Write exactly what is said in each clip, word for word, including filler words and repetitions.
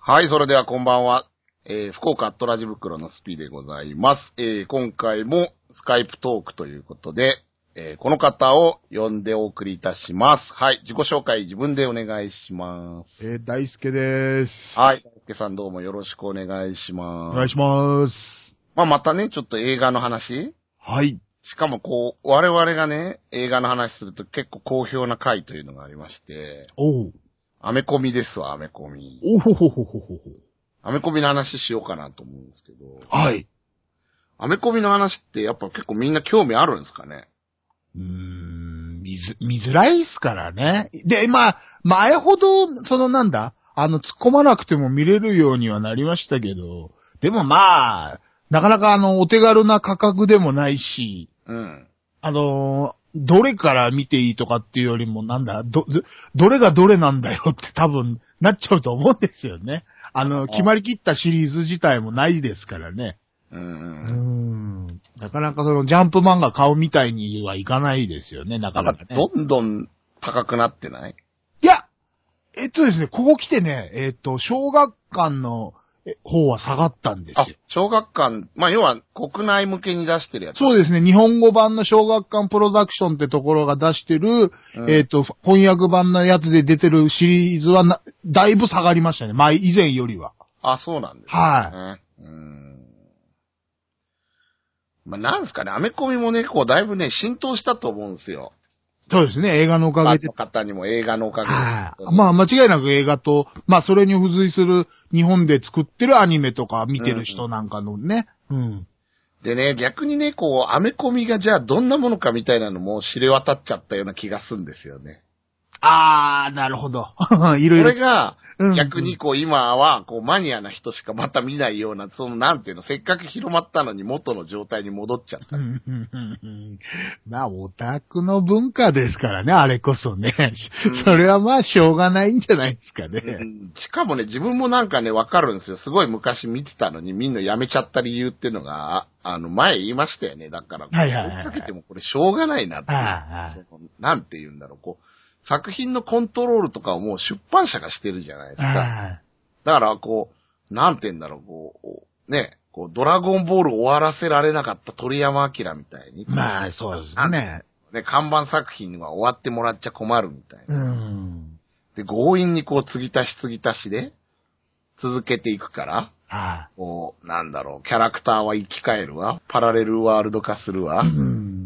はい、それではこんばんは。えー、福岡アットラジ袋のスピでございます。えー、今回もスカイプトークということで、えー、この方を呼んでお送りいたします。はい、自己紹介自分でお願いします。 えー、大輔です。 はい、大輔さんどうもよろしくお願いします。 お願いします。 まあ、またね、ちょっと映画の話。 はい。 しかもこう、我々がね、映画の話すると結構好評な回というのがありまして、 おう。 アメコミですわ、アメコミ。 おほほほほほほ。 アメコミの話しようかなと思うんですけど。 はい。 アメコミの話ってやっぱ結構みんな興味あるんですかね？ うーん、見ず、見づらいっすからね。で、まあ、前ほど、そのなんだ、あの、突っ込まなくても見れるようにはなりましたけど、でもまあ、なかなかあの、お手軽な価格でもないし、 うん。 あの、どれから見ていいとかっていうよりもなんだ、ど、どどれがどれなんだよって多分なっちゃうと思うんですよね。あの、決まりきったシリーズ自体もないですからね。 うん。 うーん。なかなかそのジャンプ漫画買うみたいにはいかないですよね、なかななんかね。 かどんどん高くなってない？ いや、えっとですね、ここ来てね、えっと、小学館のえ方は下がったんですあよ。、 小学館、まあ、要は国内向けに出してるやつ。 そうですね、日本語版の小学館プロダクションってところが出してる、 うん、 えっと、翻訳版のやつで出てるシリーズはな、だいぶ下がりましたね、前、以前よりは。 あ、そうなんですね。 はい。 うん。まあ、なんですかね、アメコミもね、こう、だいぶね、浸透したと思うんですよ。 そうですね、映画のおかげでファンの。方にも映画のおかげで。 はい。まあ、間違いなく映画と、まあ、それに付随する日本で作ってるアニメとか見てる人なんかのね。うん。うん、 でね、逆にね、こう、アメコミがじゃあどんなものかみたいなのも知れ渡っちゃったような気がするんですよね。 あー、なるほど。いろいろ。 これが、 うん逆にこう今は、こうマニアな人しかまた見ないような、そのなんていうの、せっかく広まったのに元の状態に戻っちゃった。 うんうんうんうん、まあ、オタクの文化ですからね、あれこそね。 うん、 それはまあ、しょうがないんじゃないですかね。 うん、しかもね、自分もなんかね、わかるんですよ。すごい昔見てたのに、みんなやめちゃった理由っていうのが、あの、前言いましたよね。だから、 はいはいはいはい、 追っかけてもこれしょうがないなっていう。 はいはい、 そのなんて言うんだろう、こう、作品のコントロールとかをもう出版社がしてるじゃないですか。 はいだから、こう、なんて言うんだろう、こう、ね、こう、ドラゴンボール終わらせられなかった鳥山明みたいに。 まあ、そうですね。 ね、看板作品は終わってもらっちゃ困るみたいな。 うん。 で、強引にこう、継ぎ足し継ぎ足しで、続けていくから、 はい、 こう、なんだろう、キャラクターは生き返るわ、パラレルワールド化するわ、 うん、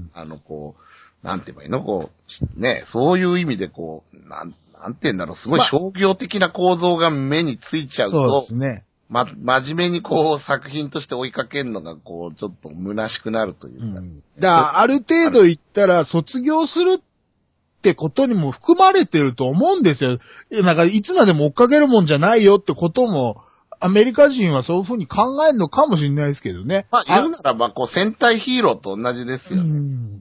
あの、こう、なんて言えばいいのこう、ね、そういう意味でこう、なんなんて言うんだろう、すごい商業的な構造が目についちゃうと、 そうですね。 ま、真面目にこう作品として追いかけるのがこう、ちょっと虚しくなるというか。 うん、だからある程度言ったら卒業するってことにも含まれてると思うんですよ。なんかいつまでも追っかけるもんじゃないよってことも、アメリカ人はそういうふうに考えるのかもしれないですけどね。 まあ言うならば、こう戦隊ヒーローと同じですよね。うん、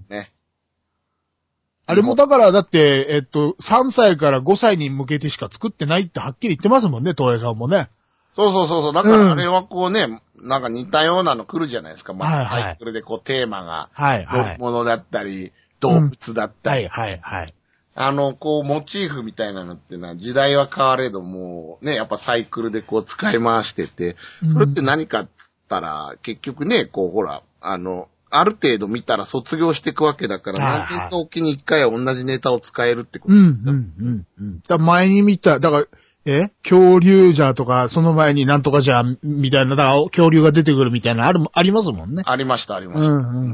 ね。 あれもだから、だって、えっと、さんさいからごさいに向けてしか作ってないってはっきり言ってますもんね、東映さんもね。 そうそうそうそう。だからあれはこうね、うん、なんか似たようなの来るじゃないですか。まあ、 はいはい、 サイクルでこうテーマが、 はいはい。 ものだったり、動物だったり。 うん、はいはいはい。 あの、こう、モチーフみたいなのっていうのは時代は変われども、ね、やっぱサイクルでこう使い回してて、それって何かって言ったら、結局ね、こう、ほら、あの、ある程度見たら卒業していくわけだから、何年かおきに一回は同じネタを使えるってことですよ。うん、うん、うん、うん。だ前に見た、だから、え恐竜じゃとか、その前になんとかじゃ、みたいな、だから恐竜が出てくるみたいな、ある、ありますもんね。 ありました、ありました。うん、うん、うん。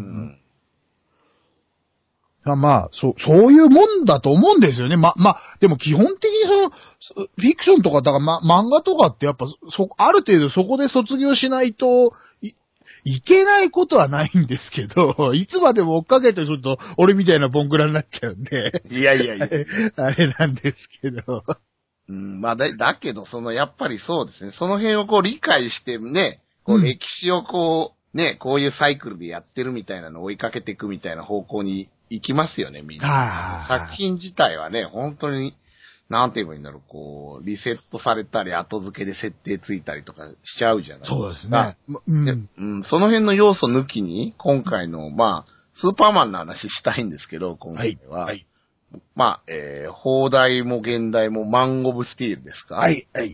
まあ、そう、そういうもんだと思うんですよね。ま、まあ、でも基本的にその、フィクションとか、だからま、漫画とかってやっぱ、そ、ある程度そこで卒業しないと、い、いけないことはないんですけど、いつまでも追っかけてちょっと、俺みたいなボンクラになっちゃうんで。 いやいやいや。 あれなんですけど。 うん、まあだ、だけど、その、やっぱりそうですね。その辺をこう理解してね、こう歴史をこう、ね、こういうサイクルでやってるみたいなのを追いかけていくみたいな方向に行きますよね、みんな。作品自体はね、本当に、なんて言えばいいんだろう、こう、リセットされたり、後付けで設定ついたりとかしちゃうじゃないですか。 そうですね。 うん、うん。その辺の要素抜きに、今回の、まあ、スーパーマンの話したいんですけど、今回は。はい。はい、まあ、えー、放題も現代もマン・オブ・スティールですか？ はい、はい。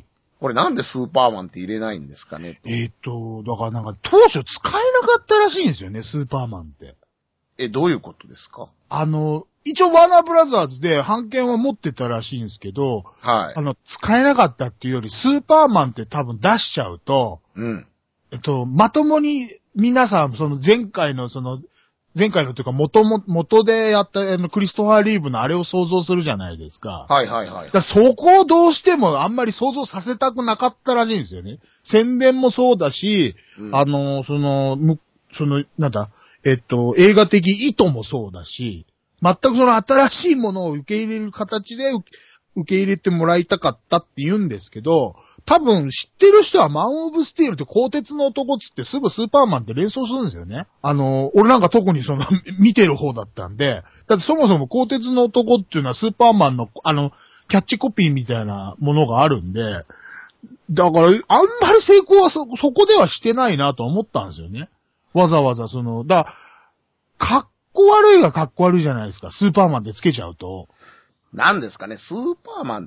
これなんでスーパーマンって入れないんですかね。 えっと、だからなんか当初使えなかったらしいんですよね、スーパーマンって。 え、どういうことですか？ あの、一応ワーナーブラザーズで版権は持ってたらしいんですけど、 はい。 あの、使えなかったっていうより、スーパーマンって多分出しちゃうと、 うん。 えっと、まともに皆さん、その前回のその、前回のというか元も、元でやったあのクリストファー・リーブのあれを想像するじゃないですか。 はいはいはい。 だからそこをどうしてもあんまり想像させたくなかったらしいんですよね。宣伝もそうだし、うん、あの、その、む、その、なんだ、えっと、映画的意図もそうだし、全くその新しいものを受け入れる形で受け入れてもらいたかったって言うんですけど、多分知ってる人はマン・オブ・スティールって鋼鉄の男つってすぐスーパーマンって連想するんですよね。あの、俺なんか特にその見てる方だったんで、だってそもそも鋼鉄の男っていうのはスーパーマンのあの、キャッチコピーみたいなものがあるんで、だからあんまり成功はそ、そこではしてないなと思ったんですよね。わざわざその、だから、かっこ悪いがかっこ悪いじゃないですか。スーパーマンってつけちゃうと。 なんですかね、スーパーマンって、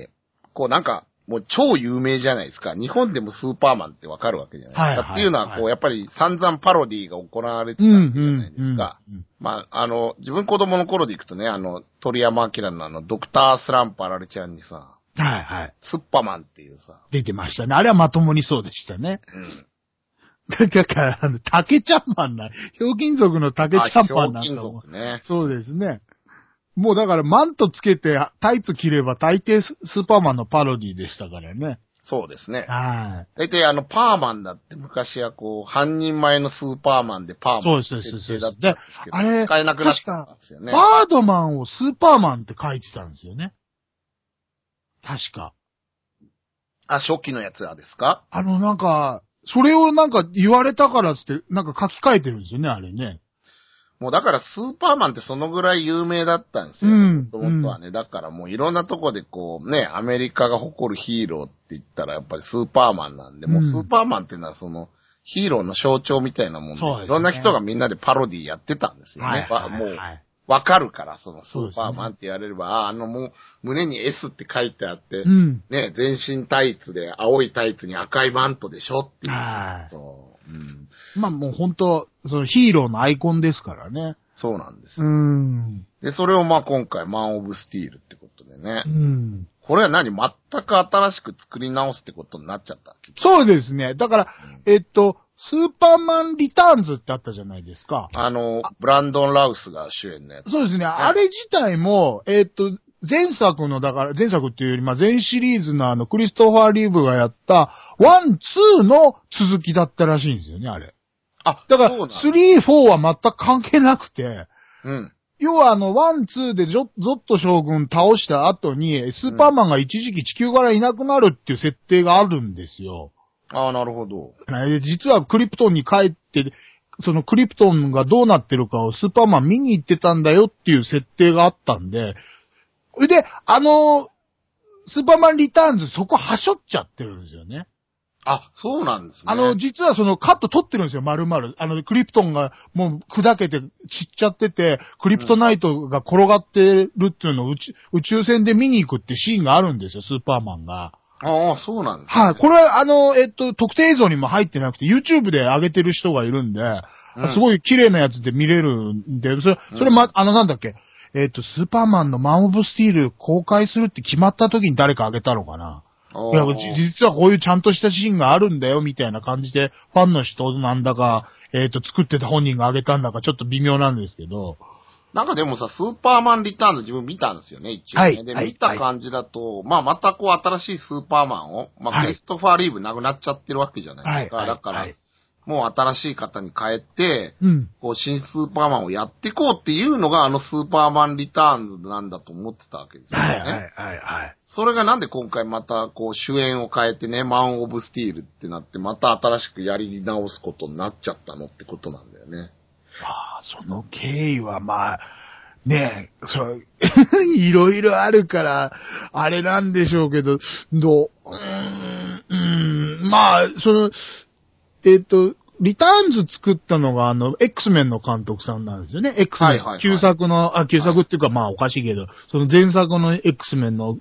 こうなんか、もう超有名じゃないですか。日本でもスーパーマンってわかるわけじゃないですか。はいはいはい、っていうのは、こう、やっぱり散々パロディーが行われてたわけじゃないですか。うんうんうんうん、まあ、あの、自分子供の頃で行くとね、あの、鳥山明のあの、ドクタースランプあられちゃんにさ、 はいはい。 スッパマンっていうさ。 出てましたね。あれはまともにそうでしたね。うん。だから、あの、竹ちゃんマンな、ひょうきん族の竹ちゃんマンなんかも。ひょうきん族ね。そうですね。もうだからマントつけてタイツ着れば大抵スーパーマンのパロディでしたからね。 そうですね。 はい。 大体あのパーマンだって昔はこう、半人前のスーパーマンでパーマンって設定だったんですけど、あれ、使えなくなったんですよね。 バードマンをスーパーマンって書いてたんですよね。確か。 あ、初期のやつはですか？ あのなんか、それをなんか言われたからつって、なんか書き換えてるんですよね、あれね。 もうだからスーパーマンってそのぐらい有名だったんですよね。うん。もともとはね。だからもういろんなとこでこうね、アメリカが誇るヒーローって言ったらやっぱりスーパーマンなんで、うん、もうスーパーマンっていうのはそのヒーローの象徴みたいなもんで、そうですね、いろんな人がみんなでパロディやってたんですよね。はいはいはい、もうわかるから、そのスーパーマンって言われれば、ね、あ、あのもう胸に S って書いてあって、うん、ね、全身タイツで青いタイツに赤いマントでしょっていう。はい。そう。うん、 まあもう本当そのヒーローのアイコンですからね。 そうなんですよ。うん。で、それをまあ今回マン・オブ・スティールってことでね。うん。これは何？全く新しく作り直すってことになっちゃったっけ？ そうですね。だから、うん、えっと、スーパーマン・リターンズってあったじゃないですか。 あの、ブランドン・ラウスが主演のやつ。 そうですね。あれ自体も、えっと、前作の、だから、前作っていうより、まあ、前シリーズのあの、クリストファー・リーブがやった、ワン、ツーの続きだったらしいんですよね、あれ。あ、だから、スリー、フォーは全く関係なくて、うん。要はあの、ワン、ツーでゾット将軍倒した後に、スーパーマンが一時期地球からいなくなるっていう設定があるんですよ。 ああ、なるほど。 実はクリプトンに帰って、そのクリプトンがどうなってるかをスーパーマン見に行ってたんだよっていう設定があったんで、で、あの、スーパーマンリターンズそこはしょっちゃってるんですよね。 あ、そうなんですね。 あの、実はそのカット取ってるんですよ、丸々。あの、クリプトンがもう砕けて散っちゃってて、クリプトナイトが転がってるっていうのを宇宙、宇宙船で見に行くってシーンがあるんですよ、スーパーマンが。 ああ、そうなんですね。 はい、これはあの、えっと、特定映像にも入ってなくて、YouTube で上げてる人がいるんで、うん、すごい綺麗なやつで見れるんで、それ、それま、うん、あの、なんだっけ、えっと、スーパーマンのマン・オブ・スティール公開するって決まった時に誰か上げたのかな。いや、実はこういうちゃんとしたシーンがあるんだよ、みたいな感じで、ファンの人なんだか、えっと、作ってた本人が上げたんだか、ちょっと微妙なんですけど。 なんかでもさ、スーパーマンリターンズ自分見たんですよね、一応ね。はい、で、見た感じだと、はい、まあ、またこう新しいスーパーマンを、まあ、クリストファー・リーブ亡くなっちゃってるわけじゃないですか。はい、だから、はい、もう新しい方に変えて、うん、こう新スーパーマンをやっていこうっていうのがあのスーパーマンリターンズなんだと思ってたわけですよね。はいはいはいはい。それがなんで今回またこう主演を変えてね、マン・オブ・スティールってなってまた新しくやり直すことになっちゃったのってことなんだよね。 ああ、その経緯はまあ、ねえ、そう、いろいろあるから、あれなんでしょうけど、どう、うーん、うーんまあ、その、えっと、リターンズ作ったのが、あの、X メンの監督さんなんですよね。X メン。はいはいはい、旧作の、あ、旧作っていうか、はい、まあおかしいけど、その前作の X メンの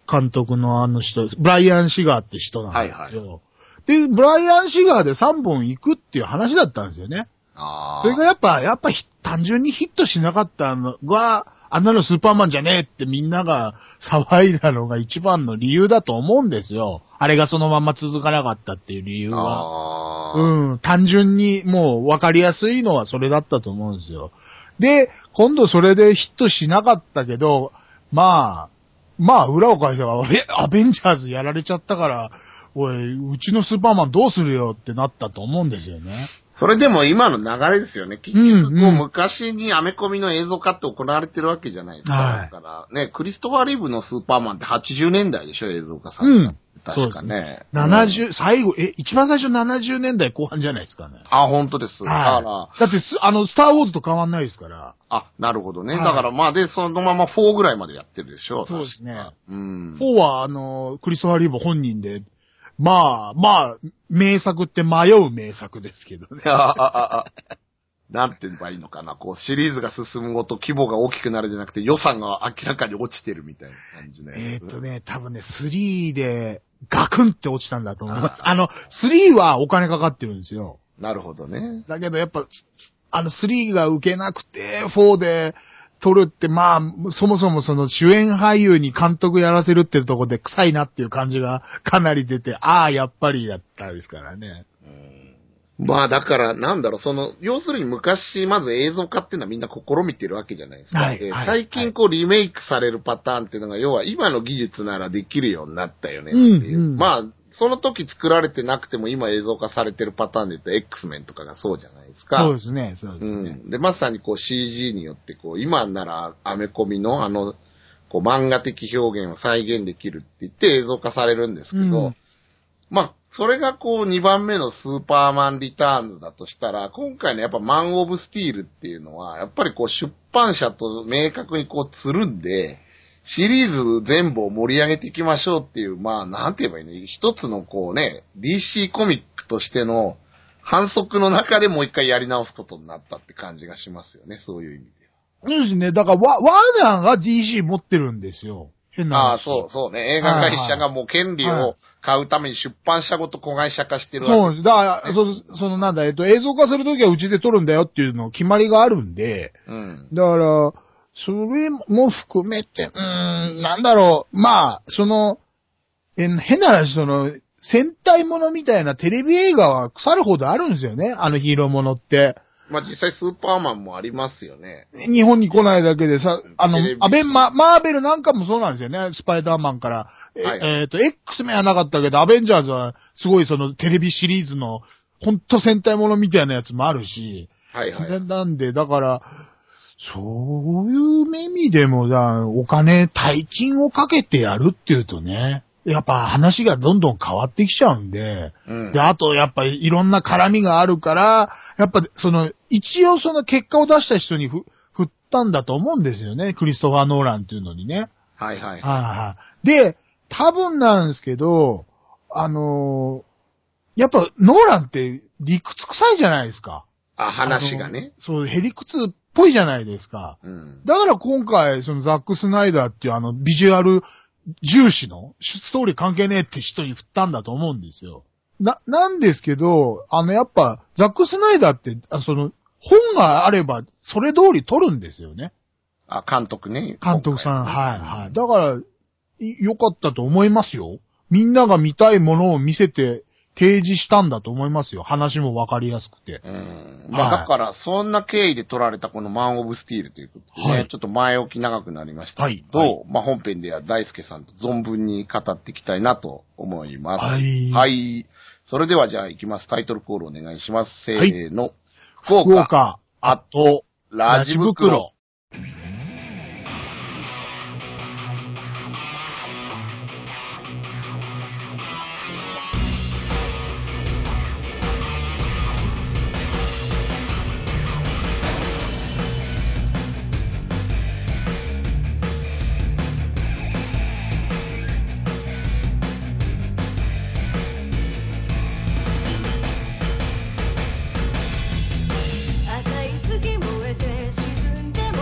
監督のあの人、ブライアン・シガーって人なんですよ。 はいはい。 で、ブライアン・シガーでさんぼん行くっていう話だったんですよね。 ああ。 それがやっぱ、やっぱ単純にヒットしなかったのが、あんなのスーパーマンじゃねえってみんなが騒いだのが一番の理由だと思うんですよ。あれがそのまま続かなかったっていう理由は。うん。単純にもう分かりやすいのはそれだったと思うんですよ。で、今度それでヒットしなかったけど、まあ、まあ裏を返せば、え、アベンジャーズやられちゃったから、おい、うちのスーパーマンどうするよってなったと思うんですよね。 それでも今の流れですよね。結局、こう、昔にアメコミの映像化って行われてるわけじゃないですか。はい、だから、ね、クリストファー・リーブのスーパーマンってはちじゅうねんだいでしょ、映像化された。うん。確かね。 ななじゅう、うん、最後、え、一番最初ななじゅうねんだいこう半じゃないですかね。 あ、本当です。はい、だから。 だって、あの、スター・ウォーズと変わんないですから。 あ、なるほどね。はい、だから、まあ、で、そのままフォーぐらいまでやってるでしょ。 そうですね。 うん。 フォーは、あの、クリストファー・リーブ本人で、まあ、まあ、名作って迷う名作ですけどね。 なんて言えばいいのかな。こう、シリーズが進むごと規模が大きくなるじゃなくて予算が明らかに落ちてるみたいな感じね。 えーっとね、多分ね、スリーでガクンって落ちたんだと思います。あ, あの、スリーはお金かかってるんですよ。 なるほどね。 だけどやっぱ、あの、スリーが受けなくて、フォーで、撮るって、まあ、そもそもその主演俳優に監督やらせるっていうところで臭いなっていう感じがかなり出て、ああ、やっぱりだったですからね。 うん、まあだから、なんだろう、その、要するに昔、まず映像化っていうのはみんな試みてるわけじゃないですか。はいはい、最近こうリメイクされるパターンっていうのが、要は今の技術ならできるようになったよねっていう。うんうん、まあ、その時作られてなくても今映像化されてるパターンで言うと X メンとかがそうじゃないですか。 そうですね、そうですね。 うん、で、まさにこう シージー によってこう、今ならアメコミのあの、こう漫画的表現を再現できるって言って映像化されるんですけど、うん、まあ、それがこうにばんめのスーパーマンリターンズだとしたら、今回のやっぱマン・オブ・スティールっていうのは、やっぱりこう出版社と明確にこうつるんで、シリーズ全部を盛り上げていきましょうっていう、まあ、なんて言えばいいの、一つのこうね、ディーシー コミックとしての反則の中でもう一回やり直すことになったって感じがしますよね、そういう意味では。 そうですね。だから、ワ、ワーナーが ディーシー 持ってるんですよ。変な話。 ああ、そう、そうね。映画会社がもう権利を買うために出版社ごと子会社化してるわけです、ね。 そうです。だから、そ, そのなんだ、えっと、映像化するときはうちで撮るんだよっていうの決まりがあるんで、うん。だから、それも含めて、うーん、なんだろう。まあ、その、え変な話、その、戦隊ものみたいなテレビ映画は腐るほどあるんですよね。あのヒーローものって。 まあ実際スーパーマンもありますよね。 日本に来ないだけでさ、あの、アベンマ、マーベルなんかもそうなんですよね。スパイダーマンから。はいはい、えっ、ー、と、X メンはなかったけど、アベンジャーズはすごいそのテレビシリーズの、ほんと戦隊ものみたいなやつもあるし。 はいはい。 なんで、だから、そういう意味でも、お金、大金をかけてやるっていうとね、やっぱ話がどんどん変わってきちゃうんで、うん、で、あとやっぱりいろんな絡みがあるから、やっぱその、一応その結果を出した人にふ振ったんだと思うんですよね、クリストファー・ノーランっていうのにね。 はいはい。 はい。で、多分なんですけど、あのー、やっぱノーランって理屈臭いじゃないですか。 あ、話がね。 そう、へりくつっぽいじゃないですか。うん、だから今回、そのザック・スナイダーっていうあのビジュアル重視のストーリー関係ねえって人に振ったんだと思うんですよ。な、なんですけど、あのやっぱザック・スナイダーって、あその本があればそれ通り撮るんですよね。 あ、監督ね。 監督さん、はいはい。だから、良かったと思いますよ。みんなが見たいものを見せて、提示したんだと思いますよ。話もわかりやすくて。 うん。まあ、はい、だから、そんな経緯で撮られたこのマン・オブ・スティールということでね、はい、ちょっと前置き長くなりましたけど、はいはい、まあ本編では大輔さんと存分に語っていきたいなと思います。 はい。 はい。それではじゃあ行きます。タイトルコールお願いします。せーの。はい、 福岡、福岡あと、 ラジ袋。 赤い月燃えて沈んで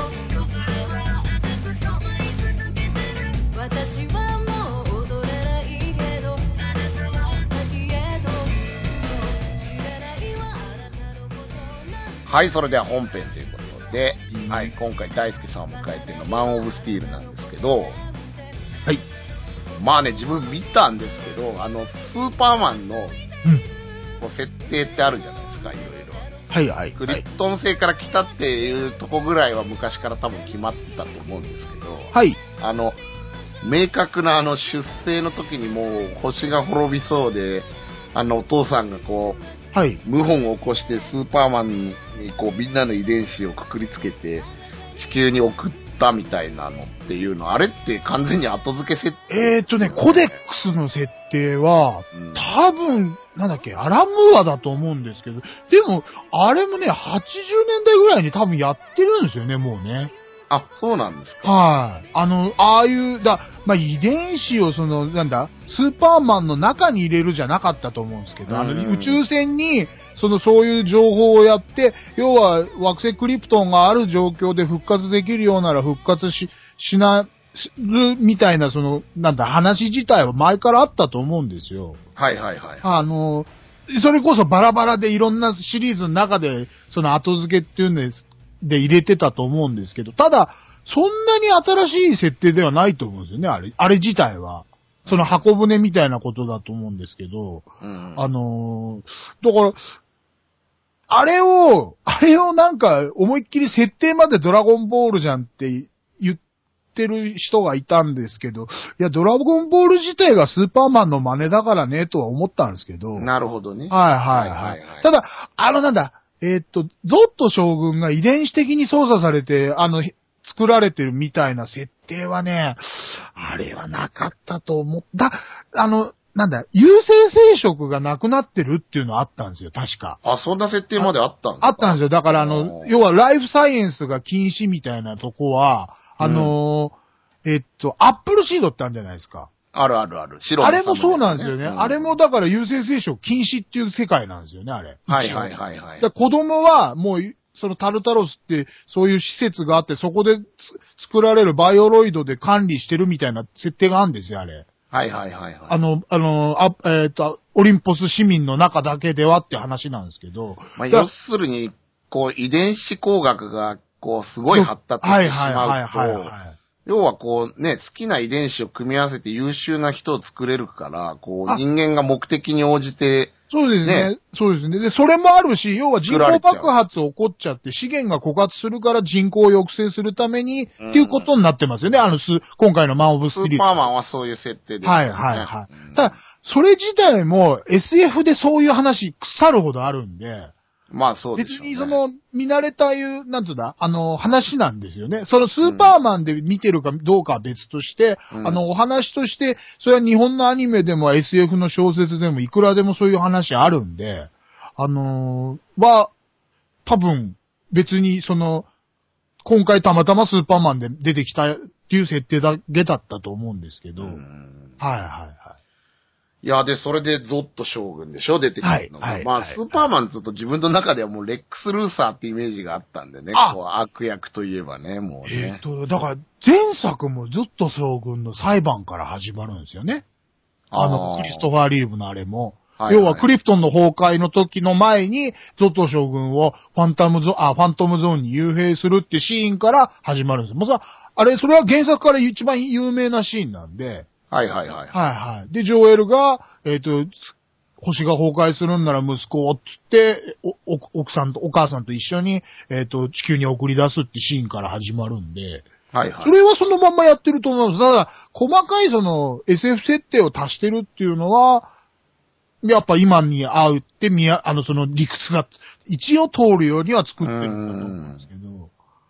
はい、それでは本編ということで、 うんはい、今回大輔さんを迎えてのマン・オブ・スティールなんですけど、 はい。 まあね、自分見たんですけど、あの、スーパーマンのうん。 こう設定ってあるじゃないですか、いろいろ。 はいはい。 クリプトン星から来たっていうとこぐらいは昔から多分決まってたと思うんですけど、 はい。 あの、明確なあの出生の時にもう星が滅びそうで、あのお父さんがこう、 はい。 謀反を起こしてスーパーマンにこうみんなの遺伝子をくくりつけて地球に送ったみたいなのっていうの、あれって完全に後付け設定、 えーっとね、コデックスの設定は、 うん、 多分、なんだっけ、アラムーアだと思うんですけど、でも、あれもね、はちじゅうねんだいぐらいに多分やってるんですよね、もうね。 あ、そうなんですか。 はい。あの、ああいう、だ、まあ、遺伝子をその、なんだ、スーパーマンの中に入れるじゃなかったと思うんですけど、あの、 うん宇宙船に、その、そういう情報をやって、要は、惑星クリプトンがある状況で復活できるようなら復活し、しな、するみたいな、その、なんだ、話自体は前からあったと思うんですよ。 はいはいはい。 あの、それこそバラバラでいろんなシリーズの中で、その後付けっていうんです、で入れてたと思うんですけど、ただ、そんなに新しい設定ではないと思うんですよね、あれ、あれ自体は。その箱舟みたいなことだと思うんですけど、 うん、 あのー、だから、あれを、あれをなんか思いっきり設定までドラゴンボールじゃんって言ってる人がいたんですけど、いや、ドラゴンボール自体がスーパーマンの真似だからね、とは思ったんですけど。 なるほどね。 はいはいはい。ただ、あのなんだ、えーっと、ゾット将軍が遺伝子的に操作されて、あの、作られてるみたいな設定はね、あれはなかったと思った。あの、なんだ、有性生殖がなくなってるっていうのはあったんですよ、確か。 あ、そんな設定まであったんですか？ あったんですよ。だからあの、要はライフサイエンスが禁止みたいなとこは、あのー、うん、えっと、アップルシードってあるんじゃないですか。 あるあるある。白の、 ね、あれもそうなんですよね。 うん、 あれもだから有性生殖禁止っていう世界なんですよね、あれ。 はいはいはいはい。 だ子供はもう、そのタルタロスってそういう施設があって、そこで作られるバイオロイドで管理してるみたいな設定があるんですよ、あれ。 はいはいはい、はい。 あの、あの、あえっ、ー、と、オリンポス市民の中だけではって話なんですけど。 まあ、要するに、こう、遺伝子工学が、こう、すごい発達してしまうと、要はこうね、好きな遺伝子を組み合わせて優秀な人を作れるから、こう、人間が目的に応じて、 そうですね。ねそうですね。で、それもあるし、要は人口爆発起こっちゃって資源が枯渇するから人口を抑制するために、うん、っていうことになってますよね。あの、ス、今回のマン・オブ・スティール。 スーパーマンはそういう設定ですね。 はいはいはい。うん、ただ、それ自体も エスエフ でそういう話腐るほどあるんで、 まあそうですね。 別にその、見慣れたいう、なんつうんだ、あの、話なんですよね。そのスーパーマンで見てるかどうかは別として、うん、あの、お話として、それは日本のアニメでも エスエフ の小説でもいくらでもそういう話あるんで、あのー、は、多分、別にその、今回たまたまスーパーマンで出てきたっていう設定だけだったと思うんですけど、はいはいはい。 いや、で、それでゾット将軍でしょ、出てくるのが。はいはい、まあ、はい、スーパーマンずっと自分の中ではもうレックス・ルーサーってイメージがあったんでね、こう悪役といえばね、もうね。 えっと、だから、前作もゾット将軍の裁判から始まるんですよね。あの、クリストファー・リーブのあれも。はいはい、要は、クリプトンの崩壊の時の前に、ゾット将軍をファンタムゾーン、あ、ファントムゾーンに幽閉するってシーンから始まるんですよ。もうさ、あれ、それは原作から一番有名なシーンなんで、 はいはいはい。はいはい。で、ジョエルが、えっ、ー、と、星が崩壊するんなら息子をって言って、奥さんと、お母さんと一緒に、えっ、ー、と、地球に送り出すってシーンから始まるんで、 はいはい。 それはそのまんまやってると思います。ただ、細かいその エスエフ 設定を足してるっていうのは、やっぱ今に合うってみや、あの、その理屈が一応通るようには作ってるんだと思うんですけど。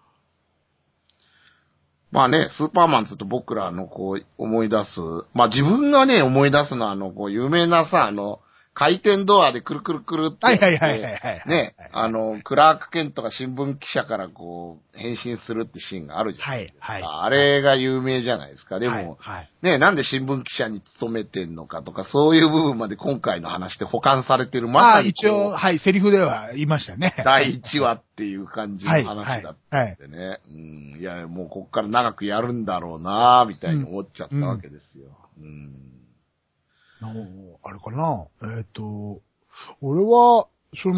まあね、スーパーマンつうと僕らのこう思い出す、まあ自分がね思い出すのはあのこう有名なさ、あの、回転ドアでくるくるくるってやって。 はいはいはいはいはい。 ね、あの、クラークケントが新聞記者からこう、変身するってシーンがあるじゃないですか。はいはい、あれが有名じゃないですか。でも、はいはい、ね、なんで新聞記者に勤めてんのかとか、そういう部分まで今回の話で保管されてる、まさに一応、はい、セリフでは言いましたね。 だいいちわっていう感じの話だったんでね。はいはいはい、うん、いや、もうこっから長くやるんだろうなみたいに思っちゃったわけですよ。うん。うん、 あれかなえっ、ー、と、俺は、その、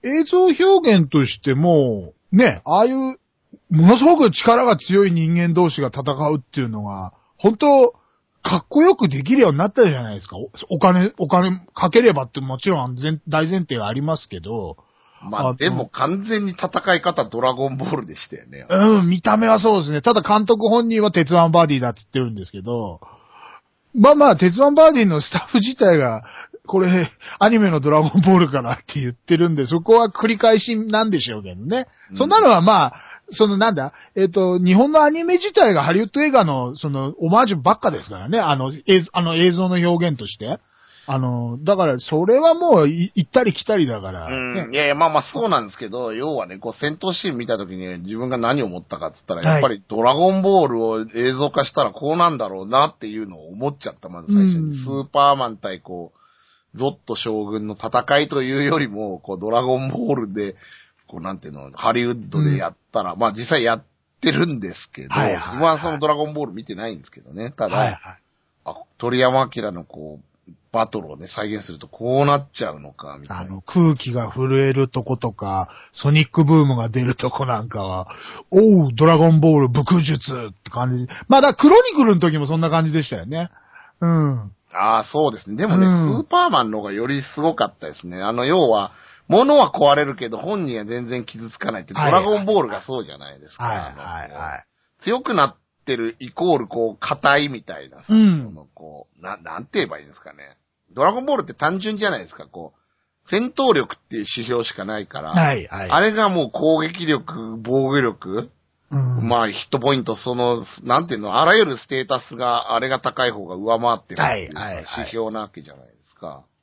映像表現としても、ね、ああいう、ものすごく力が強い人間同士が戦うっていうのが、本当かっこよくできるようになったじゃないですか。お、お金、お金かければってもちろん大前提がありますけど。 まあ、でも完全に戦い方ドラゴンボールでしたよね。 うん、見た目はそうですね。ただ監督本人は鉄腕バディだって言ってるんですけど、まあまあ、鉄腕バディのスタッフ自体が、これ、アニメのドラゴンボールかなって言ってるんで、そこは繰り返しなんでしょうけどね。うん、そんなのはまあ、そのなんだ、えっと、日本のアニメ自体がハリウッド映画の、その、オマージュばっかですからね。あの、映あの映像の表現として。あの、だから、それはもう、行ったり来たりだから、 ね。うん。いやいや、まあまあそうなんですけど、要はね、こう、戦闘シーン見たときに自分が何を思ったかって言ったら、やっぱりドラゴンボールを映像化したらこうなんだろうなっていうのを思っちゃった、まず最初に。スーパーマン対こう、ゾット将軍の戦いというよりも、こう、ドラゴンボールで、こう、なんていうの、ハリウッドでやったら、うん、まあ実際やってるんですけど、はいはいはい、自分はそのドラゴンボール見てないんですけどね。ただ、はいはい、あ、鳥山明のこう、バトルをね、再現するとこうなっちゃうのか、みたいな。 あの、空気が震えるとことか、ソニックブームが出るとこなんかは、おう、ドラゴンボール武空術って感じ。まあだ、クロニクルの時もそんな感じでしたよね。うん。 ああ、そうですね。でもね、うん、スーパーマンの方がよりすごかったですね。あの、要は、物は壊れるけど、本人は全然傷つかないって、ドラゴンボールがそうじゃないですか。はいはいはい。強くなってるイコール、こう、硬いみたいなさ、うん、その、こう、な、なんて言えばいいんですかね。ドラゴンボールって単純じゃないですか、こう。戦闘力っていう指標しかないから、はいはい、あれがもう攻撃力、防御力、うん、まあヒットポイント、その、なんていうの、あらゆるステータスが、あれが高い方が上回ってるっていう指標なわけじゃないですか。はいはいはい、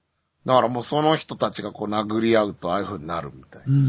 だからもうその人たちがこう殴り合うとああいう風になるみたいなさ。うん、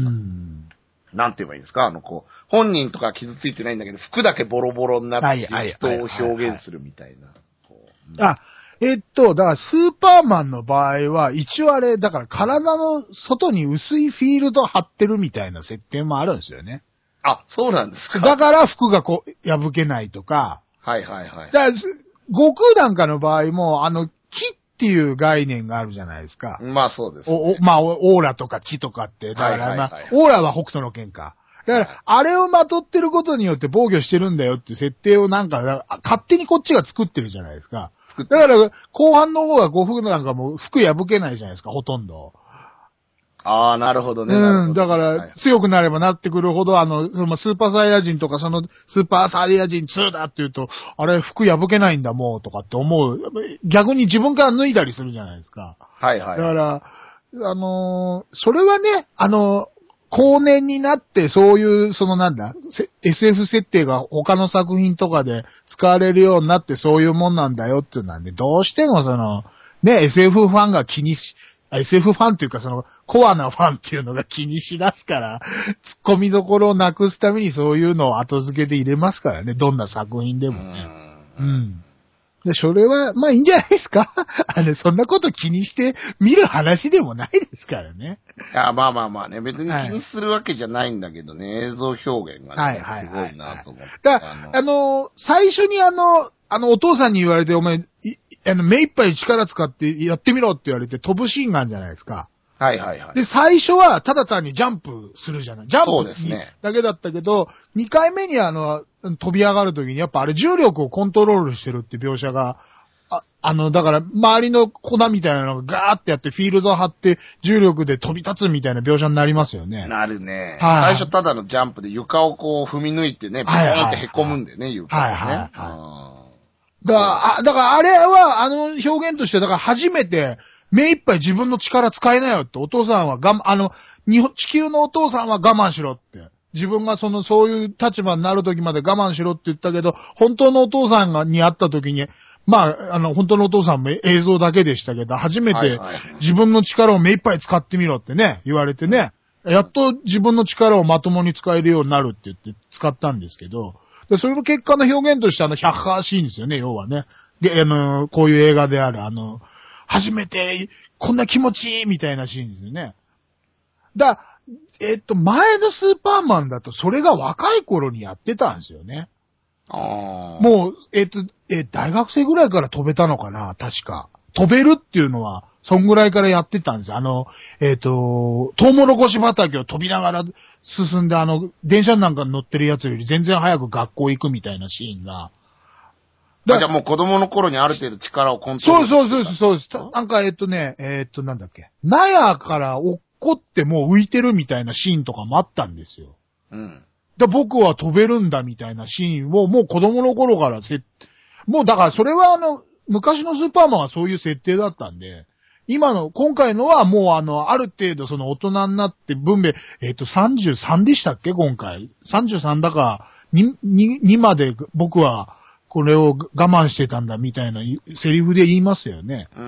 なんて言えばいいんですか、あのこう、本人とか傷ついてないんだけど、服だけボロボロになって人を表現するみたいな。 あ、えっと、だからスーパーマンの場合は、一応あれ、だから体の外に薄いフィールド張ってるみたいな設定もあるんですよね。 あ、そうなんですか。 だから服がこう、破けないとか。 はいはいはい。 だから、悟空なんかの場合も、あの、木っていう概念があるじゃないですか。 まあそうです、ね。 お、まあ、オーラとか木とかって。だから、はいはいはい、まあ、オーラは北斗の剣か。だから、あれをまとってることによって防御してるんだよっていう設定をなんか、勝手にこっちが作ってるじゃないですか。だから、後半の方は呉服なんかも服破けないじゃないですか、ほとんど。 ああ、なるほどね。 うん、だから、強くなればなってくるほど、あの、そのスーパーサイヤ人とか、そのスーパーサイヤ人ツーだって言うと、あれ、服破けないんだ、もう、とかって思う。逆に自分から脱いだりするじゃないですか。 はいはい。 だから、あのー、それはね、あの、後年になってそういう、そのなんだ、エスエフ 設定が他の作品とかで使われるようになってそういうもんなんだよっていうのはね、どうしてもその、ね、エスエフ ファンが気にし、エスエフ ファンっていうかその、コアなファンっていうのが気にしだすから、突っ込みどころをなくすためにそういうのを後付けで入れますからね、どんな作品でもね。うん。うんで、それは、まあいいんじゃないですかあの、そんなこと気にして見る話でもないですからね。 いや、まあまあまあね、別に気にするわけじゃないんだけどね、はい、映像表現がね、はいはいはいはい、すごいなと思って。 だから、あの、最初にあの、あの、お父さんに言われて、お前、あの、目いっぱい力使ってやってみろって言われて飛ぶシーンがあるじゃないですか。 はいはいはい。 で、最初はただ単にジャンプするじゃない。ジャンプそうですね。 だけだったけど、にかいめにあの、飛び上がるときにやっぱあれ重力をコントロールしてるって描写が、あ, あの、だから、周りの粉みたいなのがガーってやって、フィールド張って、重力で飛び立つみたいな描写になりますよね。 なるね。はい。最初ただのジャンプで床をこう踏み抜いてね、ポーンって凹むんでね、床がね。はいはいはい。だから、あ、だからあれは、あの表現として、だから初めて、目いっぱい自分の力使えなよって、お父さんは我慢、あの、日本、地球のお父さんは我慢しろって。自分がその、そういう立場になる時まで我慢しろって言ったけど、本当のお父さんがに会った時に、まあ、あの、本当のお父さんも映像だけでしたけど、初めて自分の力を目いっぱい使ってみろってね、言われてね、やっと自分の力をまともに使えるようになるって言って使ったんですけど、でそれの結果の表現としてあの、百花シーンですよね、要はね。で、あの、こういう映画である、あの、初めてこんな気持ちいいみたいなシーンですよね。だ、えっと、前のスーパーマンだとそれが若い頃にやってたんですよね。 あもう、えっと、え、大学生ぐらいから飛べたのかな確か。飛べるってっていうのは、そんぐらいからやってたんですよ。あの、えっ、ー、と、トウモロコシ畑を飛びながら進んで、あの、電車なんかに乗ってるやつより全然早く学校行くみたいなシーンが。 だじゃあもう子供の頃にある程度力をコントロールそうそうそうそうです。なんかえっ、ー、とね、えっ、ー、となんだっけ。納屋から落っこってもう浮いてるみたいなシーンとかもあったんですよ。 うん。 で、僕は飛べるんだみたいなシーンをもう子供の頃からせ、もうだからそれはあの、昔のスーパーマンはそういう設定だったんで、今の、今回のはもうあの、ある程度その大人になって分べ、えっ、ー、とさんじゅうさんでしたっけ今回。さんじゅうさんだか、に、に、にまで僕はこれを我慢してたんだみたいなセリフで言いますよね。 うん。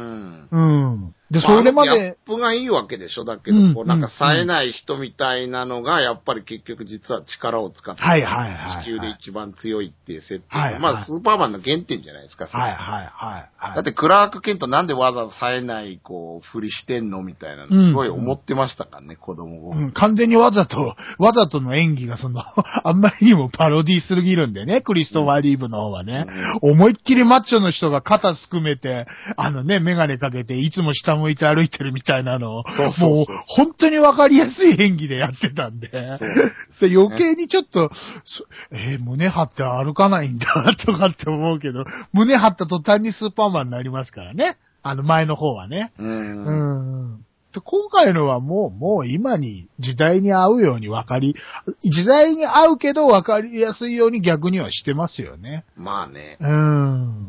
うん。で、それまで。 ギャップがいいわけでしょだけど、うん、こうなんか冴えない人みたいなのが、やっぱり結局実は力を使って、 はいはいはい。 地球で一番強いっていう設定。 はいはい、 まあ、スーパーマンの原点じゃないですか。 はいはいはい、はい。 だってクラーク・ケントなんでわざわざ冴えない、こう、ふりしてんのみたいなの、すごい思ってましたからね、うん、子供が。 うん、完全にわざと、わざとの演技がその、あんまりにもパロディすぎるんでね、クリストファー・リーブの方はね、うん。思いっきりマッチョの人が肩すくめて、あのね、メガネかけて、いつも下向いて歩いてるみたいなのを、そうそうそうもう、本当にわかりやすい演技でやってたんで、そう、ね、余計にちょっと、えー、胸張って歩かないんだ、とかって思うけど、胸張った途端にスーパーマンになりますからね。あの前の方はね。 うん。 うん。で今回のはもう、もう今に、時代に合うように分かり、時代に合うけど分かりやすいように逆にはしてますよね。 まあね。 うん。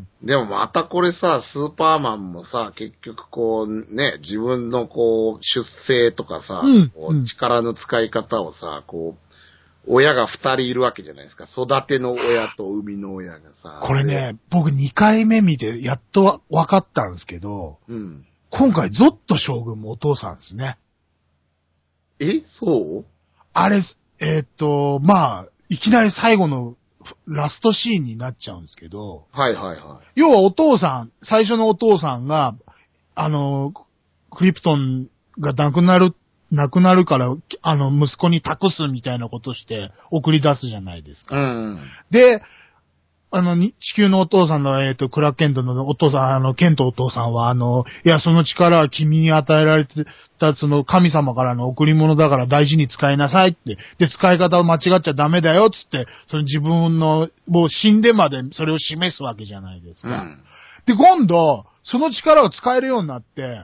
でもまたこれさ、スーパーマンもさ、結局こうね、自分のこう、出世とかさ、 うん、 こう力の使い方をさ、こう、親が二人いるわけじゃないですか。育ての親と生みの親がさ。 これね、僕二回目見てやっと分かったんですけど、 うん、 今回ゾット将軍もお父さんですね。 えそうあれ、えー、っと、まあ、いきなり最後のラストシーンになっちゃうんですけど、 はいはいはい。 要はお父さん、最初のお父さんが、あの、クリプトンがなくなる、なくなるから、あの、息子に託すみたいなことして送り出すじゃないですか。 うん、 で、あの、地球のお父さんの、えっと、クラークケントのお父さん、あの、ケントお父さんは、あの、いや、その力は君に与えられてた、その神様からの贈り物だから大事に使いなさいって。で、使い方を間違っちゃダメだよ、つって、その自分の、もう死んでまでそれを示すわけじゃないですか。うん、で、今度、その力を使えるようになって、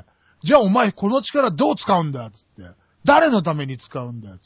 じゃあお前この力どう使うんだ、つって。誰のために使うんだ、つって。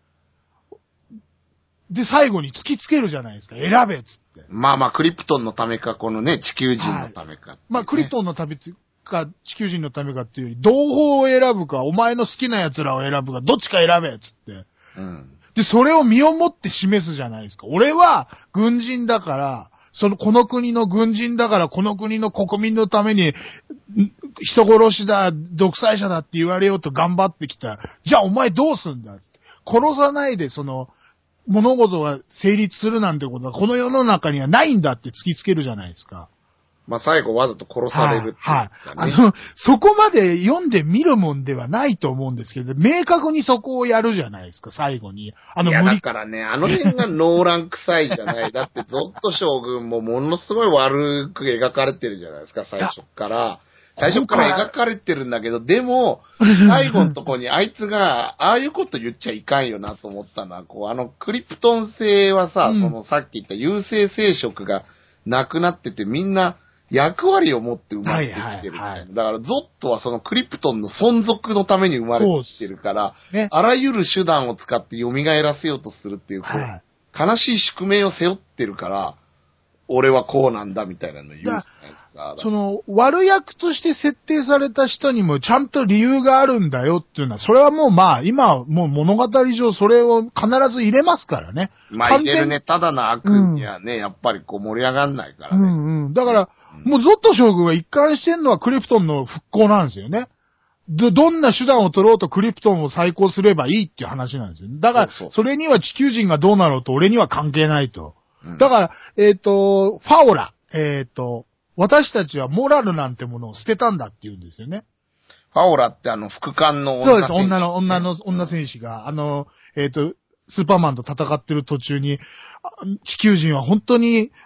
で、最後に突きつけるじゃないですか。選べっつって。 まあまあ、クリプトンのためか、このね、地球人のためか、ねはい。 まあ、クリプトンのためか、地球人のためかっていうより、同胞を選ぶか、お前の好きな奴らを選ぶか、どっちか選べっつって。 うん。 で、それを身をもって示すじゃないですか。俺は軍人だから、その、この国の軍人だから、この国の国民のために、人殺しだ、独裁者だって言われようと頑張ってきた。じゃあお前どうすんだっつって。殺さないで、その、物事が成立するなんてことは、この世の中にはないんだって突きつけるじゃないですか。 まあ最後わざと殺されるっていう、ね。 はい、はい。あの、そこまで読んでみるもんではないと思うんですけど、明確にそこをやるじゃないですか、最後に。あの、 いや、だからね、あの辺がノーラン臭いじゃない。だって、ゾット将軍もものすごい悪く描かれてるじゃないですか、最初から。最初から描かれてるんだけど、でも、最後のとこにあいつが、ああいうこと言っちゃいかんよなと思ったのは、こう、あの、クリプトン星はさ、うん、そのさっき言った有性生殖がなくなってて、みんな役割を持って生まれてきてるみたいな。はいはいはい、だから、ゾットはそのクリプトンの存続のために生まれてきてるから、ね、あらゆる手段を使って蘇らせようとするっていう、こう、はい、悲しい宿命を背負ってるから、俺はこうなんだみたいなの言うじゃないですか。 その、悪役として設定された人にもちゃんと理由があるんだよっていうのは、それはもうまあ、今、もう物語上それを必ず入れますからね。 まあ入れるね。ただの悪にはね、うん、やっぱりこう盛り上がんないからね。 うんうん。だから、うん、もうゾット将軍は一貫してんのはクリプトンの復興なんですよね。ど、どんな手段を取ろうとクリプトンを再興すればいいっていう話なんですよ。だから、それには地球人がどうなろうと俺には関係ないと。だから、えっと、ファオラ、えっと、私たちはモラルなんてものを捨てたんだって言うんですよね。 ファオラってあの、副官の女戦士、ね。そうです、女の、女の、女戦士が、あの、えっと、スーパーマンと戦ってる途中に、地球人は本当に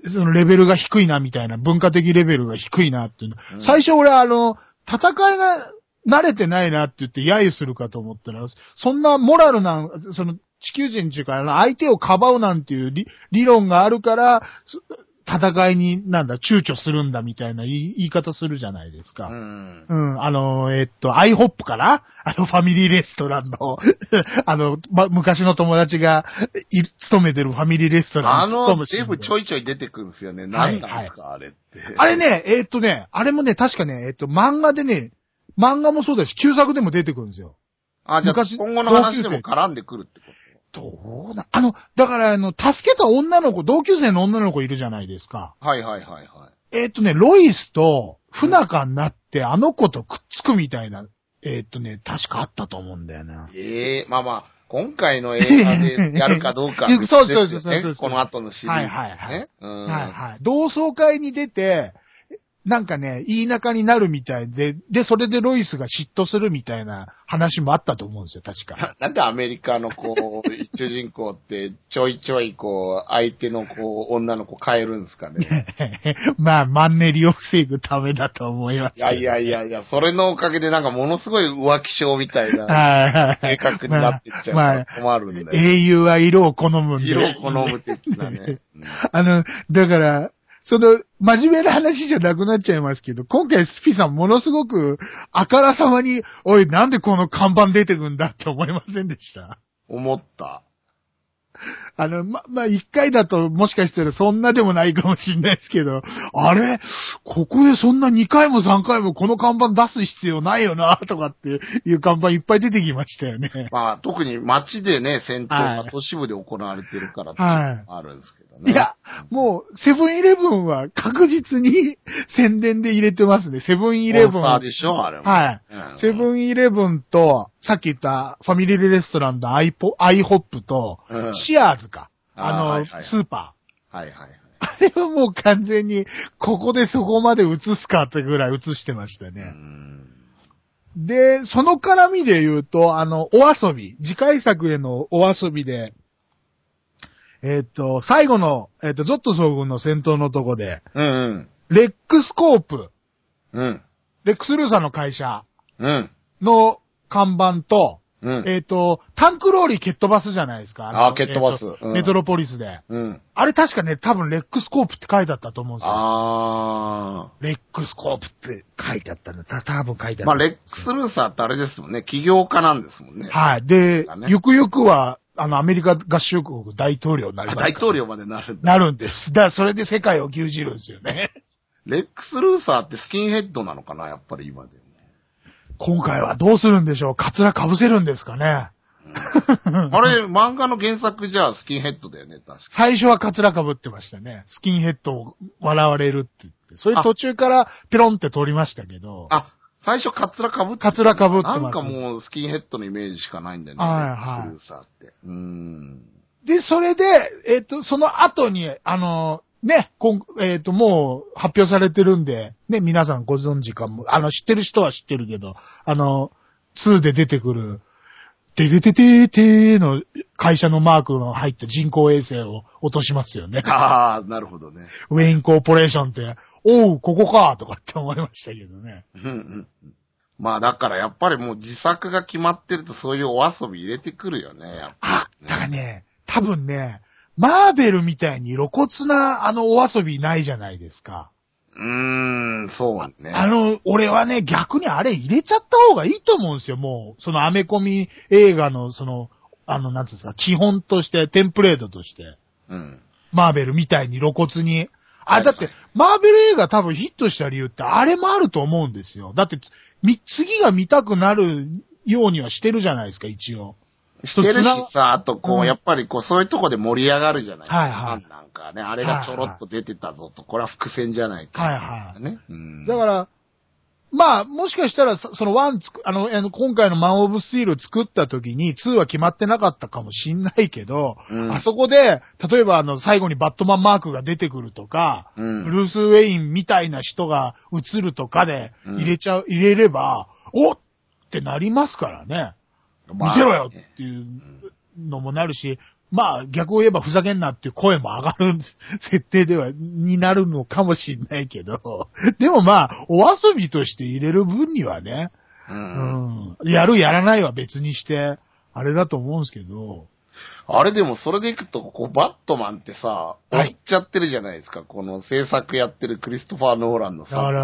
そのレベルが低いなみたいな、文化的レベルが低いなっていうの。 うん、 最初俺あの、戦いが慣れてないなって言って揶揄するかと思ったら、そんなモラルな、その地球人っていうか、相手をかばうなんていう理理論があるから、戦いになんだ、躊躇するんだみたいな言い言い方するじゃないですか。 うん。 うん。あの、えっと、アイホップかなあの、ファミリーレストランの、あの、ま、昔の友達が、い、勤めてるファミリーレストランあの、 勤デブちょいちょい出てくるんですよね。 はい何なんですか、はい、あれって。 あれね、えっとね、あれもね、確かね、えっと、漫画でね、漫画もそうだし、旧作でも出てくるんですよ。 あ、じゃあ、今後の話でも絡んでくるってこと？ どうだ、あの、だから、あの、助けた女の子、同級生の女の子いるじゃないですか。 はいはいはいはい。 えっとね、ロイスと不仲になって、うん、あの子とくっつくみたいな、えっとね、確かあったと思うんだよな。 ええー、まあまあ、今回の映画でやるかどうか、ね、 そうそうそうそうそう。 この後のシリーズ、ね。 はいはいはい。 うん、 はいはい。同窓会に出て、なんかね、言い仲になるみたいで、で、それでロイスが嫉妬するみたいな話もあったと思うんですよ、確か。 なんでアメリカのこう、主人公ってちょいちょいこう、相手のこう、女の子変えるんですかね。 まあ、マンネリを防ぐためだと思います、 ね。いやいやいやいや、それのおかげでなんかものすごい浮気症みたいな性格になってっちゃうから困るんだよ。 まあ、英雄は色を好むんで。 色を好む的なね。 うん、あの、だから、その、真面目な話じゃなくなっちゃいますけど、今回スピさんものすごく、あからさまに、おい、なんでこの看板出てくんだって思いませんでした？ 思った。 あの、ま、まあ、一回だともしかしたらそんなでもないかもしれないですけど、あれここでそんな二回も三回もこの看板出す必要ないよな、とかっていう看板いっぱい出てきましたよね。 まあ、特に街でね、戦闘が都市部で行われてるからってあるんですけどね。 はい、いや、もう、セブンイレブンは確実に宣伝で入れてますね。セブンイレブン。 スポンサーでしょあれも。 はい。うん、セブンイレブンと、さっき言ったファミリーレストランのアイポ、アイホップと、うん、シアーズか。あの、はいはいはい、スーパー。はいはいはい。 あれはもう完全に、ここでそこまで映すかってぐらい映してましたね。うんで、その絡みで言うと、あの、お遊び、次回作へのお遊びで、えっ、ー、と、最後の、えっ、ー、と、ゾット将軍の戦闘のとこで、 うんうん、 レックスコープ、 うん、 レックスルーサーの会社の看板と、うん、えっ、ー、と、タンクローリー蹴っ飛ばすじゃないですか。 ああ、蹴っ飛ばす、 うん。メトロポリスで。 うん。 あれ確かね、多分レックスコープって書いてあったと思うんですよ。 ああ。 レックスコープって書いてあったね。た、多分書いてあった。 まあ、レックスルーサーってあれですもんね。起業家なんですもんね。 はい。で、ね、ゆくゆくは、あの、アメリカ合衆国大統領になります。 大統領までなるんだ。なるんです。だからそれで世界を牛耳るんですよね。 レックスルーサーってスキンヘッドなのかなやっぱり今で。 今回はどうするんでしょう？カツラ被せるんですかね。 うん、あれ、漫画の原作じゃあスキンヘッドだよね、確か。 最初はカツラ被ってましたね。スキンヘッドを笑われるって言って。それ途中からピロンって取りましたけど。 あ、最初カツラ被ってカツラ被ってます。 なんかもうスキンヘッドのイメージしかないんだよね。 はいはい。 レックスルーサーって。うーん。 で、それで、えっ、ー、と、その後に、あの、ね、こんえっ、ー、と、もう発表されてるんで、ね、皆さんご存知かも、あの、知ってる人は知ってるけど、あの、ツーで出てくる、てててててーの会社のマークの入った人工衛星を落としますよね。 ああ、なるほどね。 ウェインコーポレーションって、おう、ここか、とかって思いましたけどね。 うんうん。まあだからやっぱりもう自作が決まってるとそういうお遊び入れてくるよね、やっぱり、ね。 あ、だからね、多分ね、マーベルみたいに露骨なあのお遊びないじゃないですか。 うーん、そうね。 あの、俺はね、逆にあれ入れちゃった方がいいと思うんですよ、もう。そのアメコミ映画の、その、あの、なんつうんですか、基本として、テンプレートとして。 うん。 マーベルみたいに露骨に。あ、だって、マーベル映画多分ヒットした理由ってあれもあると思うんですよ。だって、み、次が見たくなるようにはしてるじゃないですか、一応。 してるしさ、あとこう、うん、やっぱりこう、そういうとこで盛り上がるじゃないですか。 はいはい。 なんかね、あれがちょろっと出てたぞと、これは伏線じゃないか、 はいはい。 ね。うん、 だから、まあ、もしかしたら、そのワンつく、あの、今回のマン・オブ・スティール作った時にツーは決まってなかったかもしんないけど、うん、あそこで、例えばあの、最後にバットマンマークが出てくるとか、うん、ブルース・ウェインみたいな人が映るとかで入れちゃう、入れれば、おってなりますからね。見せろよっていうのもなるし、 まあ逆を言えばふざけんなっていう声も上がる設定では、になるのかもしれないけど、でもまあ、お遊びとして入れる分にはね、 うん。 うん、やるやらないは別にして、あれだと思うんですけど、 あれでもそれでいくと、ここバットマンってさ、 はい追っちゃってるじゃないですか。この制作やってるクリストファー・ノーランのさ。 だから、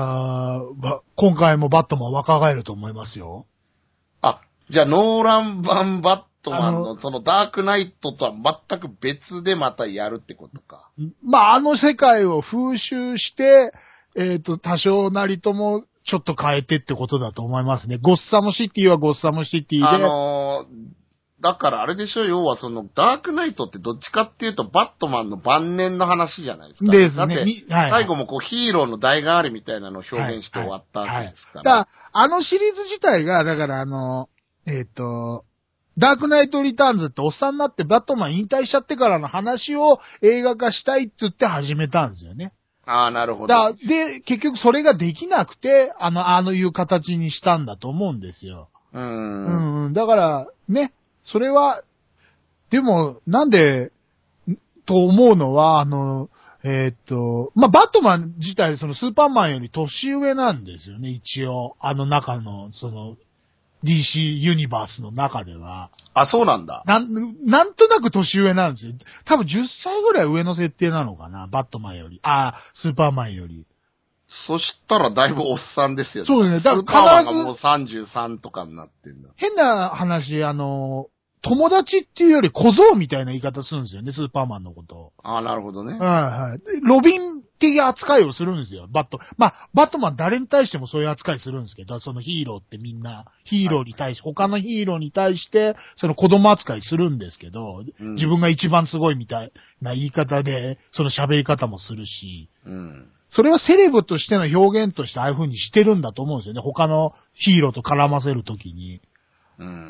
ば今回もバットマン若返ると思いますよ。 あ、じゃあノーラン版バットマンあのそのダークナイトとは全く別でまたやるってことか。 まあ、あの世界を風習して、えっ、と、多少なりともちょっと変えてってことだと思いますね。ゴッサムシティはゴッサムシティで。 あのー、だからあれでしょ、要はそのダークナイトってどっちかっていうとバットマンの晩年の話じゃないですか。 ですね。 だってにはいはい、 最後もこうヒーローの代替わりみたいなのを表現して終わったわけですから。 はいはいはい、だからあのシリーズ自体が、だからあの、えっ、と、ダークナイトリターンズっておっさんになってバットマン引退しちゃってからの話を映画化したいって言って始めたんですよね。 ああ、なるほど。 だで、結局それができなくて、あの、あのいう形にしたんだと思うんですよ。 うーん。 うん。だから、ね、それは、でも、なんで、と思うのは、あの、えー、っと、まあ、バットマン自体、そのスーパーマンより年上なんですよね、一応。あの中の、その、ディーシー ユニバースの中では。 あ、そうなんだ。 なん、なんとなく年上なんですよ。多分じゅっさいぐらい上の設定なのかな、バットマンより。あ、スーパーマンより。 そしたらだいぶおっさんですよね。 そうですね。だスーパーから必ずマンがもうさんじゅうさんとかになってんだ。 変な話、あの、友達っていうより小僧みたいな言い方するんですよね、スーパーマンのことを。 ああ、なるほどね。 はいはい。ロビン的扱いをするんですよ、バット。まあ、バットマン誰に対してもそういう扱いするんですけど、そのヒーローってみんな、ヒーローに対して、他のヒーローに対して、その子供扱いするんですけど、うん、自分が一番すごいみたいな言い方で、その喋り方もするし、 うん、 それはセレブとしての表現としてああいう風にしてるんだと思うんですよね、他のヒーローと絡ませるときに。 うん、うん 。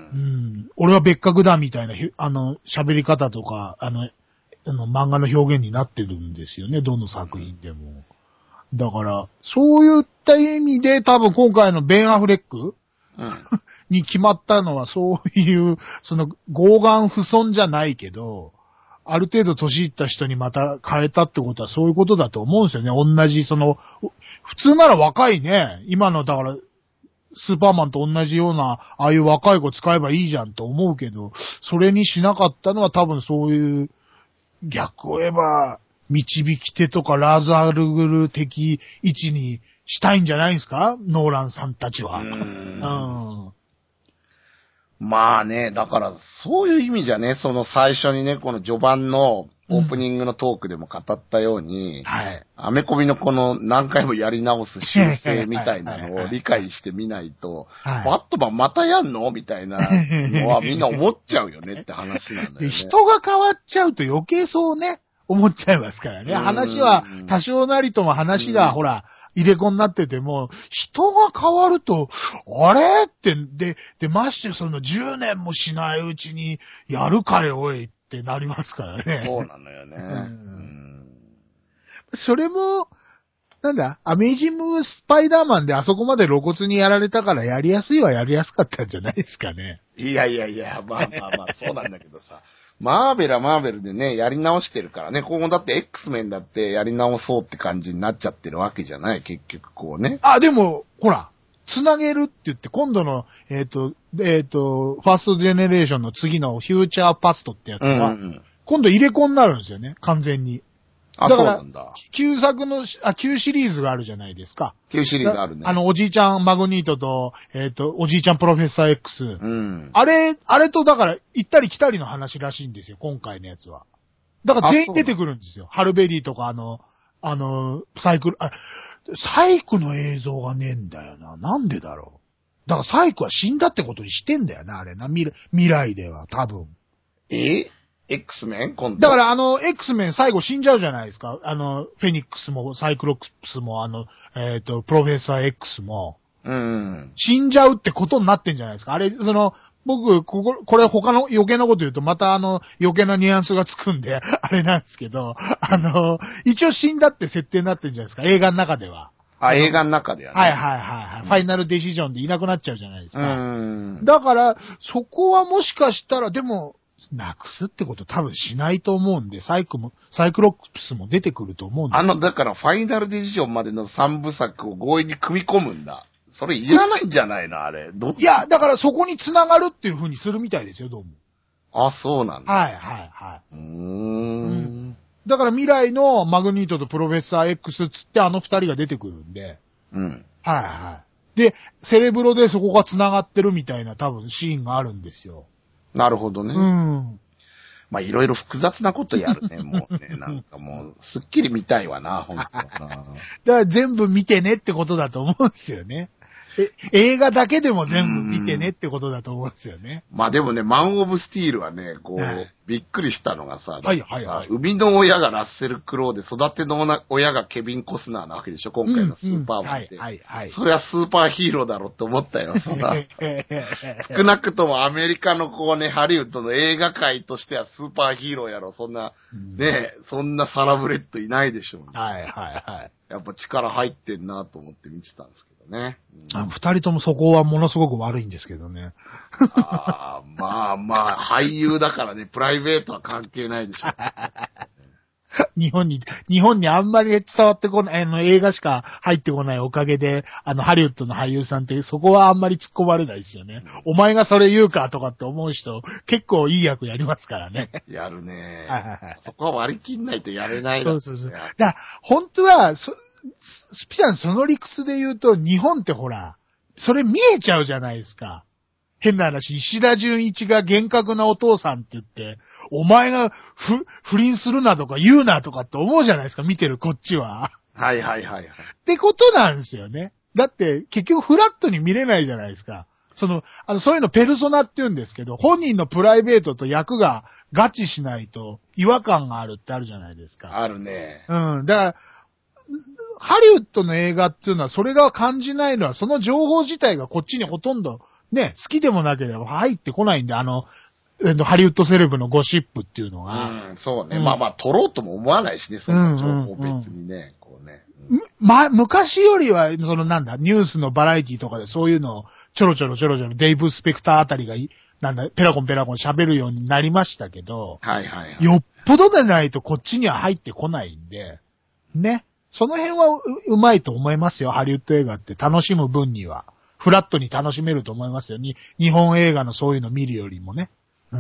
俺は別格だみたいな、あの、喋り方とか、あの、あの漫画の表現になってるんですよね、どの作品でも。だから、そういった意味で多分今回のベン・アフレック、うん、に決まったのはそういう、その、傲岸不尊じゃないけど、ある程度年いった人にまた変えたってことはそういうことだと思うんですよね。同じ、その、普通なら若いね、今のだから、スーパーマンと同じような、ああいう若い子使えばいいじゃんと思うけど、それにしなかったのは多分そういう、逆を言えば、導き手とかラーザルグル的位置にしたいんじゃないんですか？ノーランさんたちは。 うーんうんまあね、だからそういう意味じゃね、その最初にね、この序盤のオープニングのトークでも語ったように、 うん、はい。 アメコミのこの何回もやり直す習性みたいなのを理解してみないと、 はい、 バットマンまたやんのみたいなのはみんな思っちゃうよねって話なんだよね。 人が変わっちゃうと余計そうね、思っちゃいますからね。話は多少なりとも話がほら、入れ子になってても、人が変わると、あれって、で、で、ましてそのじゅうねんもしないうちに、やるかよ、おいってなりますからね。 そうなのよね。 うん、それも、なんだ、アメイジングスパイダーマンであそこまで露骨にやられたからやりやすいはやりやすかったんじゃないですかね。 いやいやいや、まあまあまあ、そうなんだけどさ。マーベルはマーベルでね、やり直してるからね、今後だって X メンだってやり直そうって感じになっちゃってるわけじゃない、結局こうね。 あ、でも、ほら、つなげるって言って、今度の、えっ、ー、と、えっ、ー、と、ファーストジェネレーションの次のフューチャーパストってやつは、うんうん、今度入れ子になるんですよね、完全に。 あ、 だからそうなんだ。 旧作の、あ、旧シリーズがあるじゃないですか。 旧シリーズあるね。 あの、おじいちゃんマグニートと、えっ、ー、と、おじいちゃんプロフェッサー X。 うん。 あれ、あれとだから、行ったり来たりの話らしいんですよ、今回のやつは。だから全員出てくるんですよ。ハルベリーとか、あの、あの、サイクル、あ、サイクの映像がねえんだよな。なんでだろう。だからサイクは死んだってことにしてんだよな、あれな。未来、未来では、多分。 えX メン今度。 だからあの、X メン最後死んじゃうじゃないですか。あの、フェニックスも、サイクロプスも、あの、えっ、ー、と、プロフェッサー X も、 うん。 死んじゃうってことになってんじゃないですか。あれ、その、僕、ここ、これ他の余計なこと言うと、またあの、余計なニュアンスがつくんで、あれなんですけど、あの、一応死んだって設定になってんじゃないですか、映画の中では。 あ、映画の中ではね。 はいはいはいはい、うん。ファイナルデシジョンでいなくなっちゃうじゃないですか。 うん。 だから、そこはもしかしたら、でも、 なくすってこと多分しないと思うんで、サイクも、サイクロプスも出てくると思うんです。 あの、だからファイナルディビジョンまでの三部作を強引に組み込むんだ。それいらないんじゃないのあれ。どいや、だからそこに繋がるっていう風にするみたいですよ、どうも。 あ、そうなんだ。 はい、はい、はい。 うーん。うんだから未来のマグニートとプロフェッサー X つってあの二人が出てくるんで。 うん。 はいはい。で、セレブロでそこが繋がってるみたいな多分シーンがあるんですよ。 なるほどね。 うん。 まあいろいろ複雑なことやるね、もうね。なんかもう、すっきり見たいわな、ほんとな。 だから全部見てねってことだと思うんですよね。え、映画だけでも全部見てねってことだと思うんですよね。 まあでもね、マン・オブ・スティールはね、こう、 はいびっくりしたのがさ、 はいはいはい生みの親がラッセル・クロウで、育ての親がケビン・コスナーなわけでしょ、今回のスーパーマンって。 うんうんはいはいはい。 それはスーパーヒーローだろって思ったよ、そんな。少なくともアメリカのこうね、ハリウッドの映画界としてはスーパーヒーローやろ、そんな、ね、そんなサラブレッドいないでしょう、ね。 はいはいはい。 やっぱ力入ってんなと思って見てたんですけどね。 うん、二人ともそこはものすごく悪いんですけどね。 あまあまあ、俳優だからね、プライベートは関係ないでしょう。 日本に、日本にあんまり伝わってこない、あの映画しか入ってこないおかげで、あのハリウッドの俳優さんってそこはあんまり突っ込まれないですよね。うん、お前がそれ言うかとかって思う人、結構いい役やりますからね。 やるね。 はいはいはい。 そこは割り切んないとやれないだ、 ね。そうそうそう。だから本当は、そスピさんその理屈で言うと、日本ってほら、それ見えちゃうじゃないですか。変な話、石田純一が厳格なお父さんって言って、お前が不、不倫するなとか言うなとかって思うじゃないですか、見てるこっちは。 はいはいはいはい。 ってことなんですよね。だって結局フラットに見れないじゃないですか。その、あの、そういうのペルソナって言うんですけど、本人のプライベートと役が合致しないと違和感があるってあるじゃないですか。 あるね。 うん。だから、ハリウッドの映画っていうのはそれが感じないのは、その情報自体がこっちにほとんどね、好きでもなければ入ってこないんで、あの、ハリウッドセレブのゴシップっていうのが。 うん、そうね。 うん、 まあまあ、撮ろうとも思わないしね、そんな情報別にね、うんうんうん、こうね。 うん、ま、昔よりは、そのなんだ、ニュースのバラエティとかでそういうのをちょろちょろちょろちょろデイブ・スペクターあたりが、なんだ、ペラコンペラコン喋るようになりましたけど、 はいはいはい。 よっぽどでないとこっちには入ってこないんで、ね。その辺は う, うまいと思いますよ、ハリウッド映画って楽しむ分には。フラットに楽しめると思いますよ。に、日本映画のそういうの見るよりもね。うん。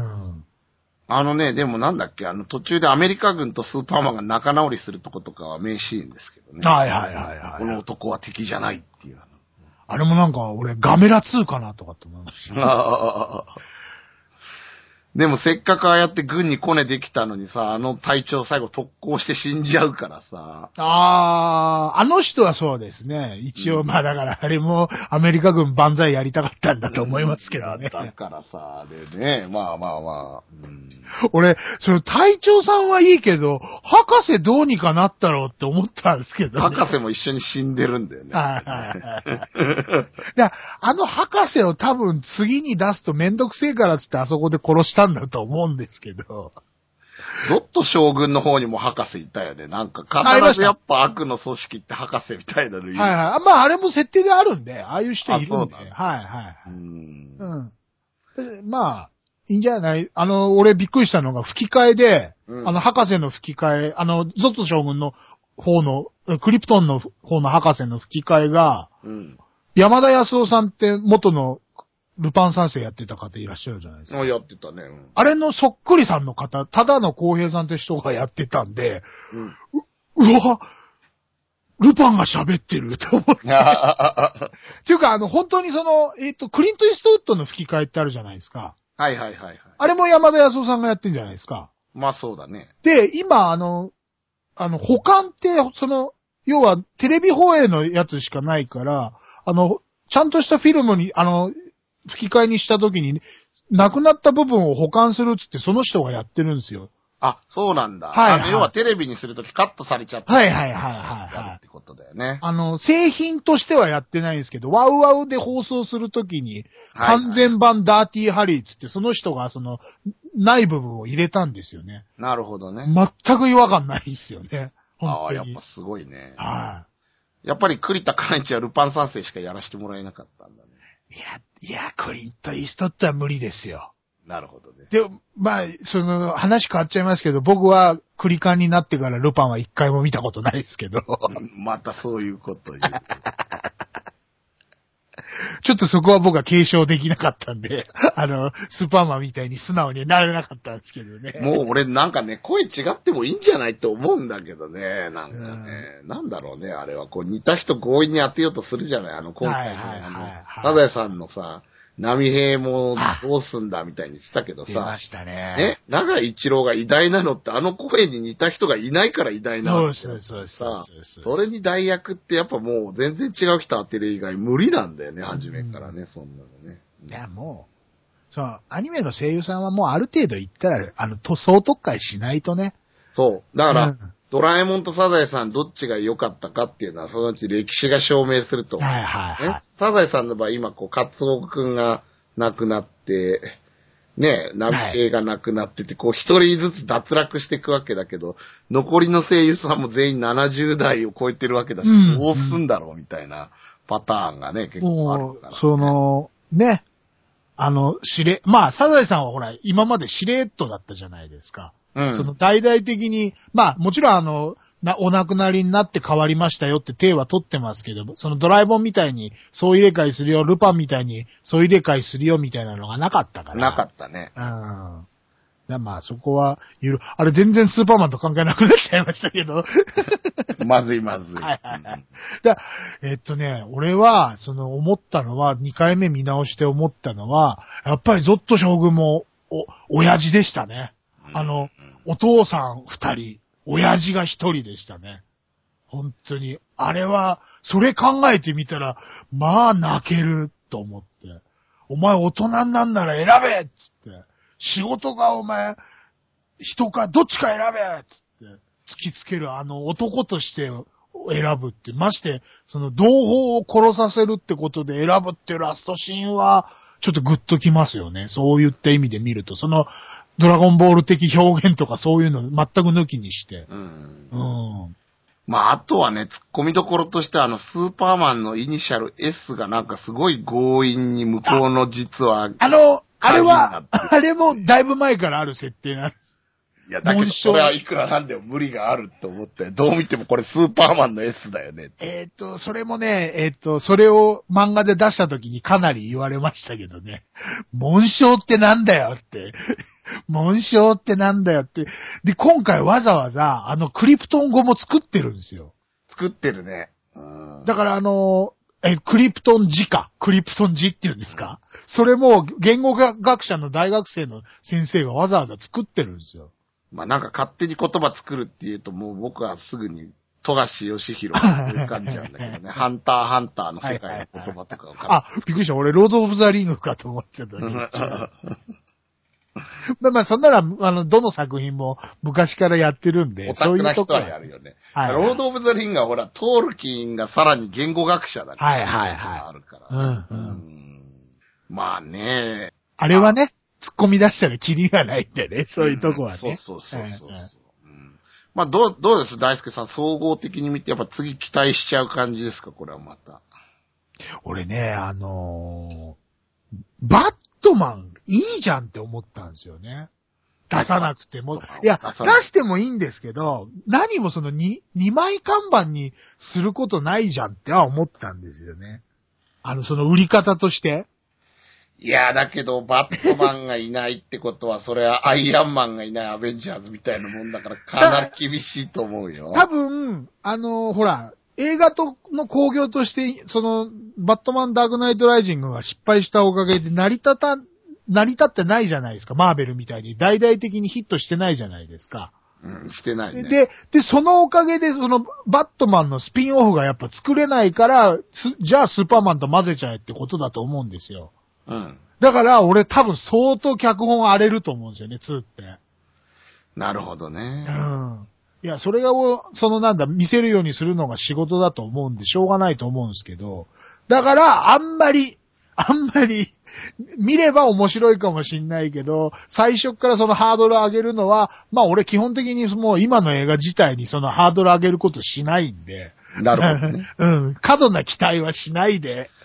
あのね、でもなんだっけ、あの途中でアメリカ軍とスーパーマンが仲直りするとことかは名シーンですけどね。 はいはいはいはい。 この男は敵じゃないっていう。 あれもなんか俺ガメラツーかなとかって思いました。 でもせっかくああやって軍にコネできたのにさ、あの隊長最後特攻して死んじゃうからさ。 ああ、あの人はそうですね。一応、うん、まあだからあれもアメリカ軍万歳やりたかったんだと思いますけどね。 だからさ、でね、まあまあまあ。うん、 俺、その隊長さんはいいけど、博士どうにかなったろうって思ったんですけどね。 博士も一緒に死んでるんだよね。 はいはいはい。だあの博士を多分次に出すとめんどくせえからっつってあそこで殺したんだと思うんですけど。 ゾッと将軍の方にも博士いたよね。なんか必ずやっぱ悪の組織って博士みたいなのいる。 はいはい。まああれも設定であるんで、ああいう人いるんで。はいはいはい。 うんうん。まあ、いいんじゃない？あの、俺びっくりしたのが吹き替えで、うん、あの博士の吹き替え、あの、ゾッと将軍の方の、クリプトンの方の博士の吹き替えが、うん、山田康夫さんって元のルパン三世やってた方いらっしゃるじゃないですか。 あ、やってたね。うん、 あれのそっくりさんの方、ただの浩平さんって人がやってたんで、うん、う, うわ、ルパンが喋ってると思って。っていうか、あの、本当にその、えっと、クリント・イーストウッドの吹き替えってあるじゃないですか。 はいはいはいはい。 あれも山田康夫さんがやってんじゃないですか。 まあそうだね。 で、今、あの、あの、保管って、その、要は、テレビ放映のやつしかないから、あの、ちゃんとしたフィルムに、あの、吹き替えにしたときに、亡くなった部分を保管するっつって、その人がやってるんですよ。 あ、そうなんだ。 はい、はい。 あの、要はテレビにするときカットされちゃった。 はいはいはいはい、はい。 ってことだよね。 あの、製品としてはやってないんですけど、ワウワウで放送するときに、完全版ダーティーハリーつって、その人がその、ない部分を入れたんですよね。 なるほどね。 全く違和感ないですよね。 ああ、やっぱすごいね。 はい。 やっぱり栗田寛一はルパン三世しかやらせてもらえなかったんだね。 いや、いや、クリント・イーストウッドは無理ですよ。 なるほどね。 で、まあ、その、話変わっちゃいますけど、僕はクリカンになってからルパンは一回も見たことないですけど。 またそういうこと言う。 ちょっとそこは僕は継承できなかったんで、あの、スーパーマンみたいに素直になれなかったんですけどね。 もう俺なんかね、声違ってもいいんじゃないと思うんだけどね、なんかね。なんだろうね、あれは。こう似た人強引に当てようとするじゃない、あの、今回の、 はいはいはいはいあの、サザエさんのさ、波平もどうすんだみたいに言ってたけどさ。 出ましたね。 ね、長井一郎が偉大なのってあの声に似た人がいないから偉大なの。 そうです、そうです、そうです。 それに代役ってやっぱもう全然違う人当てる以外無理なんだよね、初めからね、そんなのね。 いや、もう、その、アニメの声優さんはもうある程度言ったら、あの、と総特会しないとね。 そう。だから、 うん、 ドラえもんとサザエさんどっちが良かったかっていうのは、そのうち歴史が証明すると思う。 はいはいはい。 ね、サザエさんの場合、今、こう、カツオくんが亡くなって、ね、ナミケイが亡くなってて、こう、一人ずつ脱落していくわけだけど、残りの声優さんも全員ななじゅう代を超えてるわけだし、うん、どうすんだろうみたいなパターンがね、結構あるから、ね。 その、ね、あの、しれ、まあ、サザエさんはほら、今までしれっとだったじゃないですか。うん。その、大々的に、まあ、もちろんあの、な、お亡くなりになって変わりましたよって手は取ってますけど、そのドラえもんみたいに総入れ替えするよ、ルパンみたいに総入れ替えするよみたいなのがなかったから。 なかったね。 うん。だまあそこは、ゆる、あれ全然スーパーマンと関係なくなっちゃいましたけど。 まずいまずい。 はいはいはい。だえっとね、俺は、その思ったのは、にかいめ見直して思ったのは、やっぱりゾット将軍も、お、親父でしたね。あの、お父さん二人。親父が一人でしたね。本当に。あれは、それ考えてみたら、まあ泣けると思って。お前大人になんなら選べっつって。仕事がお前、人かどっちか選べっつって。突きつけるあの男として選ぶって。まして、その同胞を殺させるってことで選ぶっていうラストシーンは、ちょっとグッときますよね。そういった意味で見ると。その、ドラゴンボール的表現とかそういうの全く抜きにして。うん。 うん。まあ、あとはね、突っ込みどころとしては、あの、スーパーマンのイニシャル S がなんかすごい強引に向こうの実は。 あの、あれは、あれもだいぶ前からある設定なんです。 いや、だけど、それはいくらなんでも無理があると思って、どう見てもこれスーパーマンの S だよね。 えっと、それもね、えっと、それを漫画で出した時にかなり言われましたけどね。紋章ってなんだよって。紋章ってなんだよって。で、今回わざわざ、あの、クリプトン語も作ってるんですよ。 作ってるね。 うん、だからあの、え、クリプトン字か。クリプトン字っていうんですか、うん、それも、言語学者の大学生の先生がわざわざ作ってるんですよ。 まあなんか勝手に言葉作るっていうともう僕はすぐに富樫義弘が浮かんじゃうんだけどね。ハンターハンターの世界の言葉とかを、はいはいはい、 あ、びっくりした。俺ロードオブザリングかと思ってたけど。まあまあそんなら、あの、どの作品も昔からやってるんで。 オタクな人はやるよね。はいはい、ロードオブザリングはほら、トールキンがさらに言語学者だから。 はいはいはい。 あるから、うんうん。まあね。 あれはね。突っ込み出したらキリがないんでね、そういうとこはね。 うん、そうそうそうそう、うんうん。まあどう、どうです大輔さん、総合的に見てやっぱ次期待しちゃう感じですかこれはまた。 俺ね、あのー、バットマンいいじゃんって思ったんですよね。出さなくても。いや、出してもいいんですけど、何もそのに、二枚看板にすることないじゃんっては思ったんですよね。あの、その売り方として。 いや、だけど、バットマンがいないってことは、それはアイアンマンがいないアベンジャーズみたいなもんだから、かなり厳しいと思うよ。 多分、あの、ほら、映画との興行として、その、バットマンダークナイトライジングが失敗したおかげで成り立た、成り立ってないじゃないですか、マーベルみたいに。大々的にヒットしてないじゃないですか。 うん、してないね。 で、で、そのおかげで、その、バットマンのスピンオフがやっぱ作れないから、じゃあスーパーマンと混ぜちゃえってことだと思うんですよ。 うん。 だから、俺多分相当脚本荒れると思うんですよね、ツーって。 なるほどね。 うん。いや、それが、そのなんだ、見せるようにするのが仕事だと思うんで、しょうがないと思うんですけど、だから、あんまり、あんまり、見れば面白いかもしんないけど、最初からそのハードル上げるのは、まあ俺基本的にもう今の映画自体にそのハードル上げることしないんで。 なるほどね。 うん。過度な期待はしないで。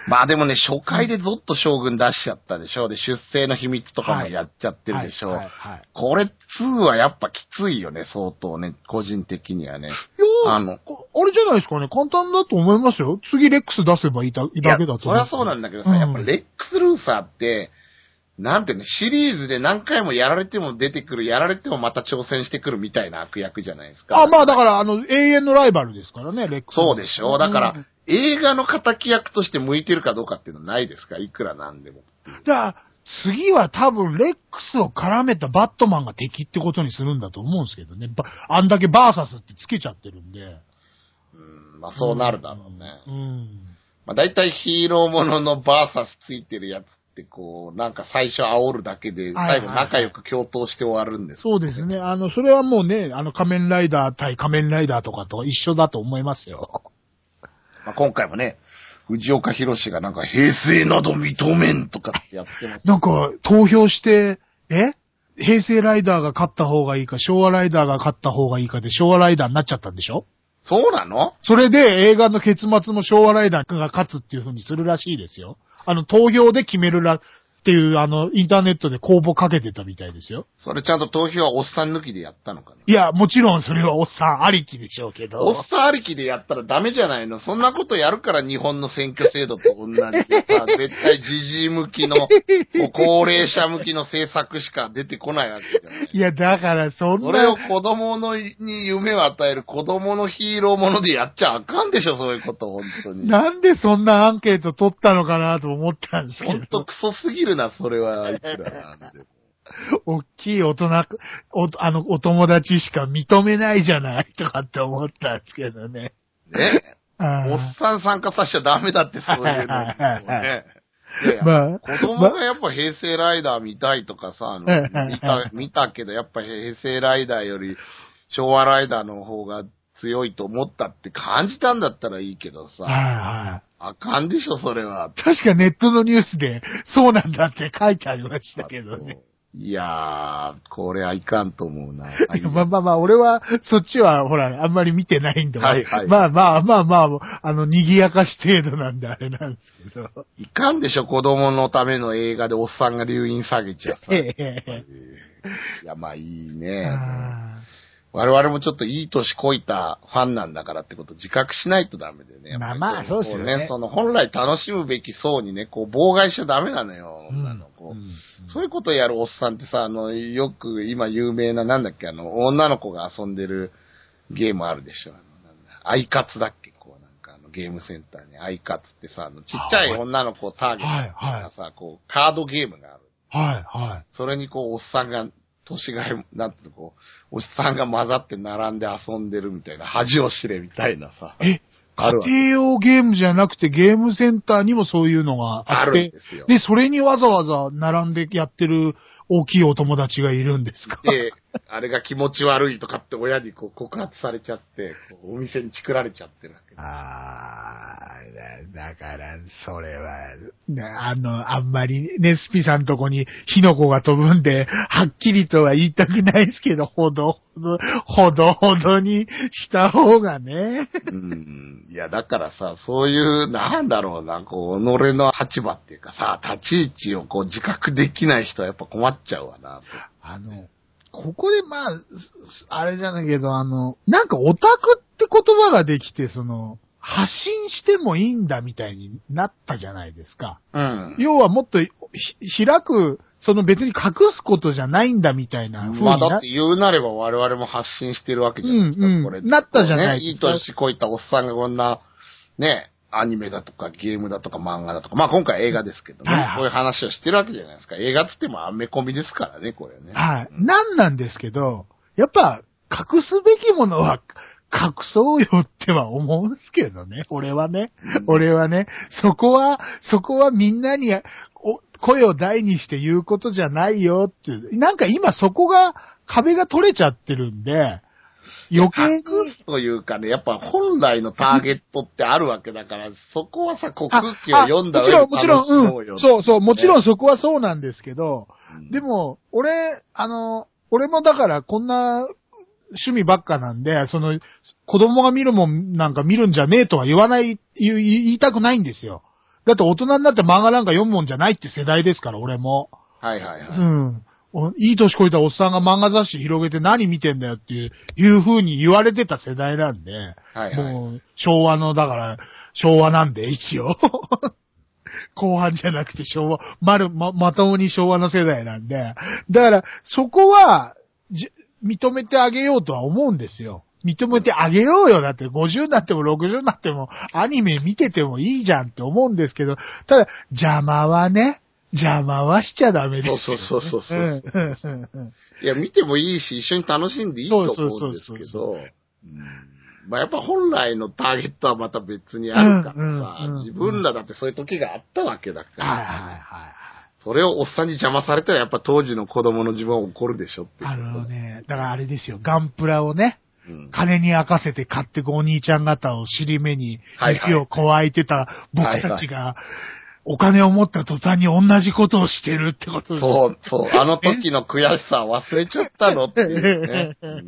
まあでもね、初回でゾッと将軍出しちゃったでしょ。で、出生の秘密とかもやっちゃってるでしょ。はいはいはいはい、これ、ツーはやっぱきついよね、相当ね、個人的にはね。 いやあの、あれじゃないですかね、簡単だと思いますよ。次レックス出せばいいだけだと思う。 そりゃそうなんだけどさ、うん、やっぱレックスルーサーって、なんていうの、シリーズで何回もやられても出てくる、やられてもまた挑戦してくるみたいな悪役じゃないですか。 あ、まあだから、あの、永遠のライバルですからね、レックス。 そうでしょ。だから、うん、映画の敵役として向いてるかどうかっていうのはないですか、いくらなんでも。 だから、次は多分、レックスを絡めたバットマンが敵ってことにするんだと思うんですけどね。あんだけバーサスってつけちゃってるんで。 うん、まあそうなるだろうね。 うん。うん、 まあ大体ヒーローもののバーサスついてるやつってこう、なんか最初煽るだけで、最後仲良く共闘して終わるんです、ね、 そうですね。あの、それはもうね、あの仮面ライダー対仮面ライダーとかと一緒だと思いますよ。 まあ今回もね、藤岡弘がなんか平成など認めんとかってやってます。 なんか投票して、え平成ライダーが勝った方がいいか、昭和ライダーが勝った方がいいかで昭和ライダーになっちゃったんでしょ？ そうなの？ それで映画の結末も昭和ライダーが勝つっていう風にするらしいですよ。あの投票で決めるらっていうあのインターネットで公募かけてたみたいですよ。 それちゃんと投票はおっさん抜きでやったのかな？ いや、もちろんそれはおっさんありきでしょうけど。 おっさんありきでやったらダメじゃないの？そんなことやるから日本の選挙制度と同じでさ、絶対じじい向きの、高齢者向きの政策しか出てこないわけじゃない。 いや、だからそんな。 それを子供のに夢を与える子供のヒーローものでやっちゃあかんでしょ、そういうこと、本当に。 なんでそんなアンケート取ったのかなと思ったんですけど。 ほんとクソすぎるな、それは。いくらなんでも。 大きい大人、お、あの、お友達しか認めないじゃないとかって思ったんですけどね。 ね。おっさん参加させちゃダメだって、そういうのに、ね。いやいや、まあ、子供がやっぱ平成ライダー見たいとかさ、あの、見た、見たけど、やっぱ平成ライダーより昭和ライダーの方が強いと思ったって感じたんだったらいいけどさ。 はいはい。 あかんでしょ、それは。 確かネットのニュースで、そうなんだって書いてありましたけどね。 いやー、これはいかんと思うな。 まあまあまあ、俺は、そっちは、ほら、あんまり見てないんで、 はいはい、 まあまあまあまあ、あの、賑やかし程度なんであれなんですけど。 いかんでしょ、子供のための映画でおっさんが留飲下げちゃさ。いや、まあいいね。我々もちょっといい年こいたファンなんだからってことを自覚しないとダメでね。 まあまあ、そうですよね。 その本来楽しむべき層にね、こう妨害しちゃダメなのよ。女の子、うんうん、そういうことをやるおっさんってさ、あの、よく今有名な、なんだっけ、あの、女の子が遊んでるゲームあるでしょ。あのなんだアイカツだっけ、こうなんかあのゲームセンターにアイカツってさ、あのちっちゃい女の子をターゲットにしたさ、はいはい、こうカードゲームがある。 はいはい。 それにこうおっさんが、年がい、なんていうの、こう、おっさんが混ざって並んで遊んでるみたいな、恥を知れみたいなさ。 え家庭用ゲームじゃなくてゲームセンターにもそういうのがあって。 あるんですよ。 で、それにわざわざ並んでやってる大きいお友達がいるんですか？ で、あれが気持ち悪いとかって親にこう告発されちゃって、こうお店にチクられちゃってるわけ。 ああ、だから、それは、あの、あんまりね、スピさんとこに火の粉が飛ぶんで、はっきりとは言いたくないですけど、ほどほど、ほどほどにした方がね。 うん。いや、だからさ、そういう、なんだろうな、こう、己の立場っていうかさ、立ち位置をこう自覚できない人はやっぱ困っちゃうわな。 あの、ここでまあ、あれじゃないけど、あの、なんかオタクって言葉ができて、その、発信してもいいんだみたいになったじゃないですか。 うん。 要はもっと開く、その別に隠すことじゃないんだみたいな風にな。 まあだって言うなれば我々も発信してるわけじゃないですか、 うんうん、 これ。 なったじゃないですか。ね、いい年こいたおっさんがこんな、ね、アニメだとかゲームだとか漫画だとか、まあ今回映画ですけどね、はいはい、こういう話をしてるわけじゃないですか。映画つってもアメコミですからね、これね。 はい。なんなんですけど、やっぱ隠すべきものは隠そうよっては思うんですけどね。俺はね。うん、俺はね。そこは、そこはみんなに声を大にして言うことじゃないよっていう。なんか今そこが壁が取れちゃってるんで、余計に。 というかね、やっぱ本来のターゲットってあるわけだから、そこはさ、こう空気を読んだ上で楽しもうよ、 うん。そうそう、もちろんそこはそうなんですけど、うん、でも、俺、あの、俺もだからこんな趣味ばっかなんで、その、子供が見るもんなんか見るんじゃねえとは言わない、言いたくないんですよ。 だって大人になって漫画なんか読むもんじゃないって世代ですから、俺も。 はいはいはい。 うん。いい年こいたおっさんが漫画雑誌広げて何見てんだよっていう、いう風に言われてた世代なんで、 はいはい、 もう昭和の、だから昭和なんで一応。後半じゃなくて昭和、まる、ま、まともに昭和の世代なんで、だからそこはじ認めてあげようとは思うんですよ。認めてあげようよ。だってごじゅうになってもろくじゅうになってもアニメ見ててもいいじゃんって思うんですけど、ただ邪魔はね、邪魔はしちゃダメですよ、ね。 そうそうそうそうそう。いや、見てもいいし、一緒に楽しんでいいと思うんですけど、まあやっぱ本来のターゲットはまた別にあるからさ、うんうんうん、自分らだってそういう時があったわけだから、はいはいはい、それをおっさんに邪魔されたらやっぱ当時の子供の自分は怒るでしょっていう。 あのね、だからあれですよ、ガンプラをね、うん、金に明かせて買ってくお兄ちゃん方を尻目に雪を加えてた僕たちが、はいはい、お金を持った途端に同じことをしてるってことです。 そう、そう、あの時の悔しさ忘れちゃったのっていうね。うん、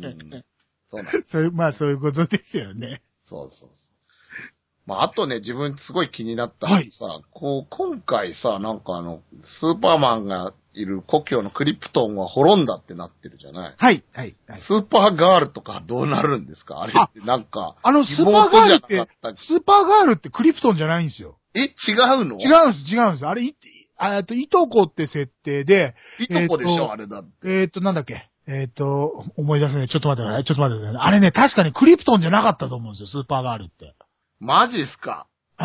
そうなんです。 そういう、まあそういうことですよね。 そうそうそう。まああとね、自分すごい気になったのがさ、はい、こう、今回さ、なんかあの、スーパーマンがいる故郷のクリプトンは滅んだってなってるじゃない？ はい、はい、はい。 スーパーガールとかどうなるんですか？あれってなんか、 あの、スーパーガールって、スーパーガールってクリプトンじゃないんですよ。 え、違うの？ 違うんです、違うんです。あれ、い、えっと、いとこって設定で、 いとこでしょ、えー、あれだって。 えっと、なんだっけ。えっと、思い出せない。ちょっと待ってください。ちょっと待ってください。あれね、確かにクリプトンじゃなかったと思うんですよ、スーパーガールって。 マジっすか？ うん。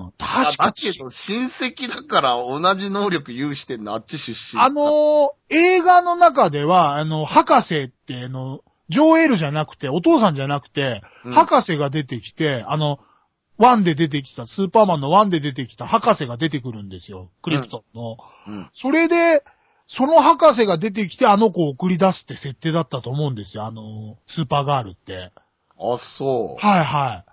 確かに。 だけど、親戚だから同じ能力有してんの、あっち出身。 あのー、映画の中では、あの、博士って、あの、ジョーエルじゃなくて、お父さんじゃなくて、うん、博士が出てきて、あの、ワンで出てきた、スーパーマンのワンで出てきた博士が出てくるんですよ。クリプトンの。うんうん、それで、その博士が出てきてあの子を送り出すって設定だったと思うんですよ。あの、スーパーガールって。 あ、そう。 はいはい。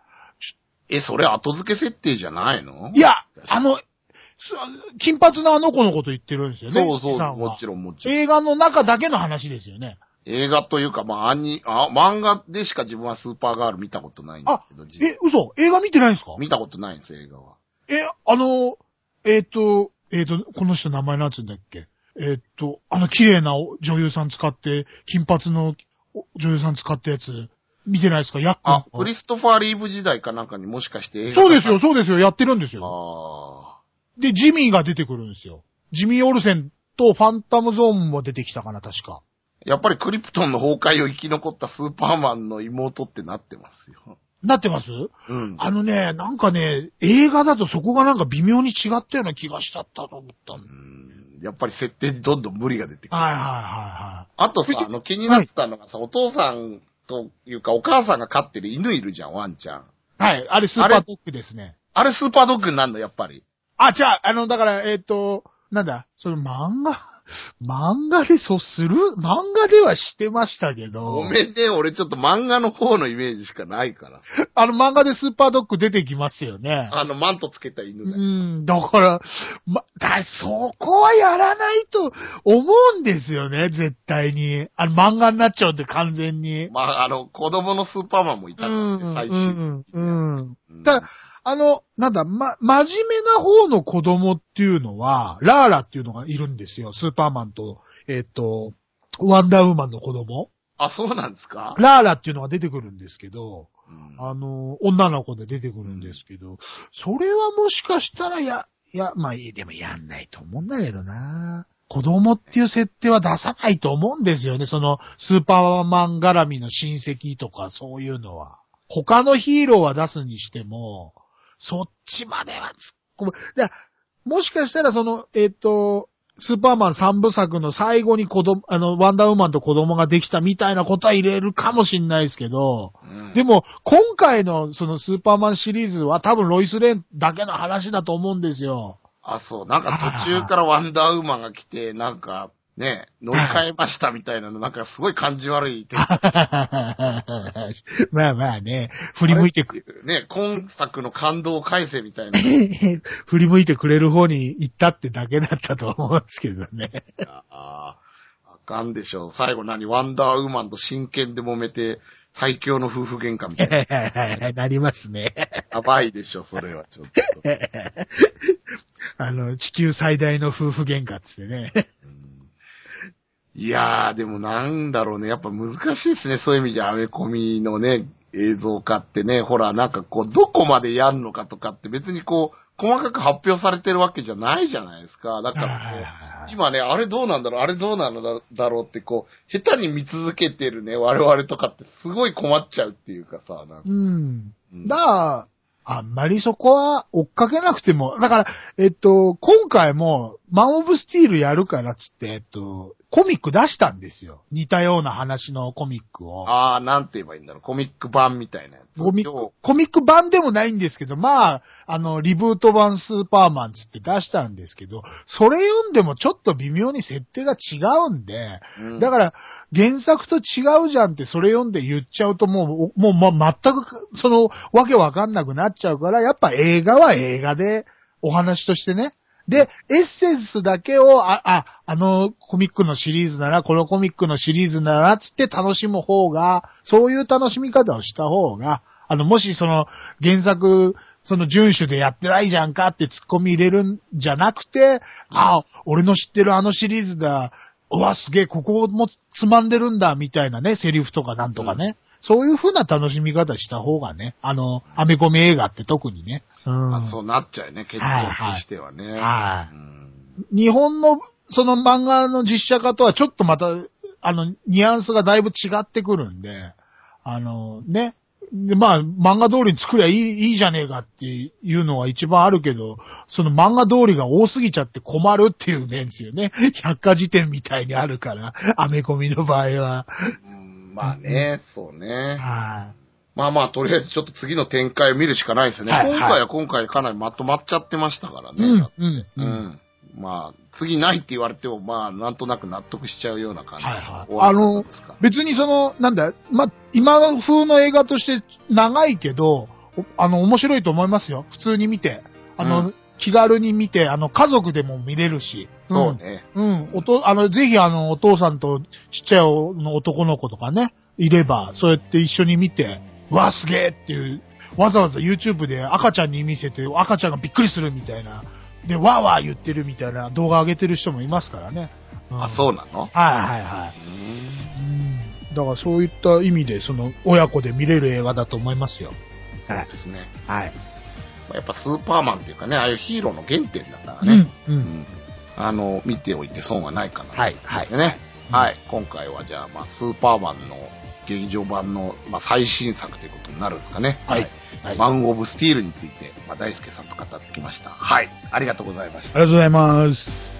え、それ後付け設定じゃないの？ いや、あの、金髪のあの子のこと言ってるんですよね。 そうそう、もちろんもちろん。 映画の中だけの話ですよね。 映画というか、まあ、アニ、あ、漫画でしか自分はスーパーガール見たことないんですけど、 え、嘘？映画見てないんですか？ 見たことないんですよ、映画は。 え、あの、えっ、ー、と、えっ、ー、と、この人名前なんつうんだっけ？えっ、ー、と、あの綺麗な女優さん使って、金髪の女優さん使ったやつ、見てないですか？ヤックン。 あ、クリストファー・リーブ時代かなんかにもしかして映画。そうですよ、そうですよ、やってるんですよ。 ああ。で、ジミーが出てくるんですよ。ジミー・オルセンとファンタムゾーンも出てきたかな、確か。 やっぱりクリプトンの崩壊を生き残ったスーパーマンの妹ってなってますよ。 なってます？うん。あのね、なんかね、映画だとそこがなんか微妙に違ったような気がしちゃったと思ったんだ。 うん。やっぱり設定にどんどん無理が出てくる。 はいはいはいはい。 あとさ、あの気になったのがさ、はい、お父さんというかお母さんが飼ってる犬いるじゃん、ワンちゃん。 はい、あれスーパードッグですね。 あれ、あれスーパードッグになるの、やっぱり。 あ、じゃあ、あの、だから、えっ、ー、と、なんだ、その漫画、漫画でそうする漫画ではしてましたけど。 ごめんね、俺ちょっと漫画の方のイメージしかないから。 あの漫画でスーパードッグ出てきますよね。 あのマントつけた犬だよ。 うん、だから、ま、だ、そこはやらないと思うんですよね、絶対に。あの漫画になっちゃうんで完全に。 まあ、あの、子供のスーパーマンもいたからね、最終。うん、うん、 うん。ただ、あの、なんだ、ま、真面目な方の子供っていうのは、ラーラっていうのがいるんですよ。スーパーマンと、えっと、ワンダーウーマンの子供。 あ、そうなんですか？ ラーラっていうのが出てくるんですけど、うん、あの、女の子で出てくるんですけど、うん、それはもしかしたらや、いや、まあ、でもやんないと思うんだけどな。子供っていう設定は出さないと思うんですよね。その、スーパーマン絡みの親戚とかそういうのは。他のヒーローは出すにしても、そっちまでは突っ込む。だもしかしたらその、えっ、ー、と、スーパーマン三部作の最後に子供、あの、ワンダーウーマンと子供ができたみたいなことは入れるかもしんないですけど、うん、でも、今回のそのスーパーマンシリーズは多分ロイス・レーンだけの話だと思うんですよ。 あ、そう。なんか途中からワンダーウーマンが来て、なんか、ね、乗り換えましたみたいなの、なんかすごい感じ悪い。 まあまあね、振り向いてくる。 ね、今作の感動を返せみたいな。 振り向いてくれる方に行ったってだけだったと思うんですけどね。 ああ、あかんでしょう。最後何ワンダーウーマンと真剣で揉めて、 最強の夫婦喧嘩みたいはいはいはいはい、なりますね。 やばいでしょ、それはちょっと。 あの、地球最大の夫婦喧嘩っつってね。 いやー、でもなんだろうね。やっぱ難しいですね。そういう意味でアメコミのね、映像化ってね、ほら、なんかこう、どこまでやるのかとかって別にこう、細かく発表されてるわけじゃないじゃないですか。だからこう、今ね、あれどうなんだろう、あれどうなんだろうってこう、下手に見続けてるね、我々とかってすごい困っちゃうっていうかさ、なんか。 うん。だから、あんまりそこは追っかけなくても、だから、えっと、今回も、マン・オブ・スティールやるからっつって、えっと、コミック出したんですよ。似たような話のコミックを。 ああ、なんて言えばいいんだろう。コミック版みたいなやつ。 コミック、コミック版でもないんですけど、まあ、あの、リブート版スーパーマンつって出したんですけど、それ読んでもちょっと微妙に設定が違うんで、うん、だから、原作と違うじゃんってそれ読んで言っちゃうともう、もう、ま、全く、その、わけわかんなくなっちゃうから、やっぱ映画は映画で、お話としてね、で、エッセンスだけを、あ、あ、あのコミックのシリーズなら、このコミックのシリーズなら、つって楽しむ方が、そういう楽しみ方をした方が、あの、もしその、原作、その順守でやってないじゃんかってツッコミ入れるんじゃなくて、あ、俺の知ってるあのシリーズだ、うわ、すげえ、ここもつまんでるんだ、みたいなね、セリフとかなんとかね。うん、そういう風な楽しみ方した方がね、あの、アメコミ映画って特にね。 うん、あ、そうなっちゃうよね、結論としてはね。はい、はいはいうん。日本の、その漫画の実写化とはちょっとまた、あの、ニュアンスがだいぶ違ってくるんで、あの、ね。で、まあ、漫画通りに作りゃいい、いいじゃねえかっていうのは一番あるけど、その漫画通りが多すぎちゃって困るっていう面ですよね。百科事典みたいにあるから、アメコミの場合は。 うんまあね、そうね。 はい。 まあまあ、とりあえずちょっと次の展開を見るしかないですね。はいはい、今回は今回かなりまとまっちゃってましたからね。 うん、うん、うん。 うんまあ、次ないって言われても、まあ、なんとなく納得しちゃうような感じ。 はいはい。あの、別にその、なんだ、まあ、今風の映画として長いけど、あの、面白いと思いますよ。普通に見て。あの、うん、気軽に見て、あの、家族でも見れるし。 そうね。 うん。うん、おと、あの、ぜひあの、お父さんとちっちゃいの男の子とかね、いれば、そうやって一緒に見て、わ、すげえっていう、わざわざ YouTube で赤ちゃんに見せて、赤ちゃんがびっくりするみたいな。で、わーわー言ってるみたいな動画上げてる人もいますからね。 うん、あ、そうなの？ はいはいはい。うん。だからそういった意味で、その、親子で見れる映画だと思いますよ。 そうですね。 はい。 やっぱスーパーマンっていうかね、ああいうヒーローの原点だからね。 うん。うん。 あの、見ておいて損はないかな。 はい。はい。 ね。はい。今回はじゃあ、まあ、スーパーマンの劇場版の、まあ、最新作ということになるんですかね。 はい。はい、 マン・オブ・スティールについて、まあ、大輔さんと語ってきました。はい。ありがとうございました。 ありがとうございます。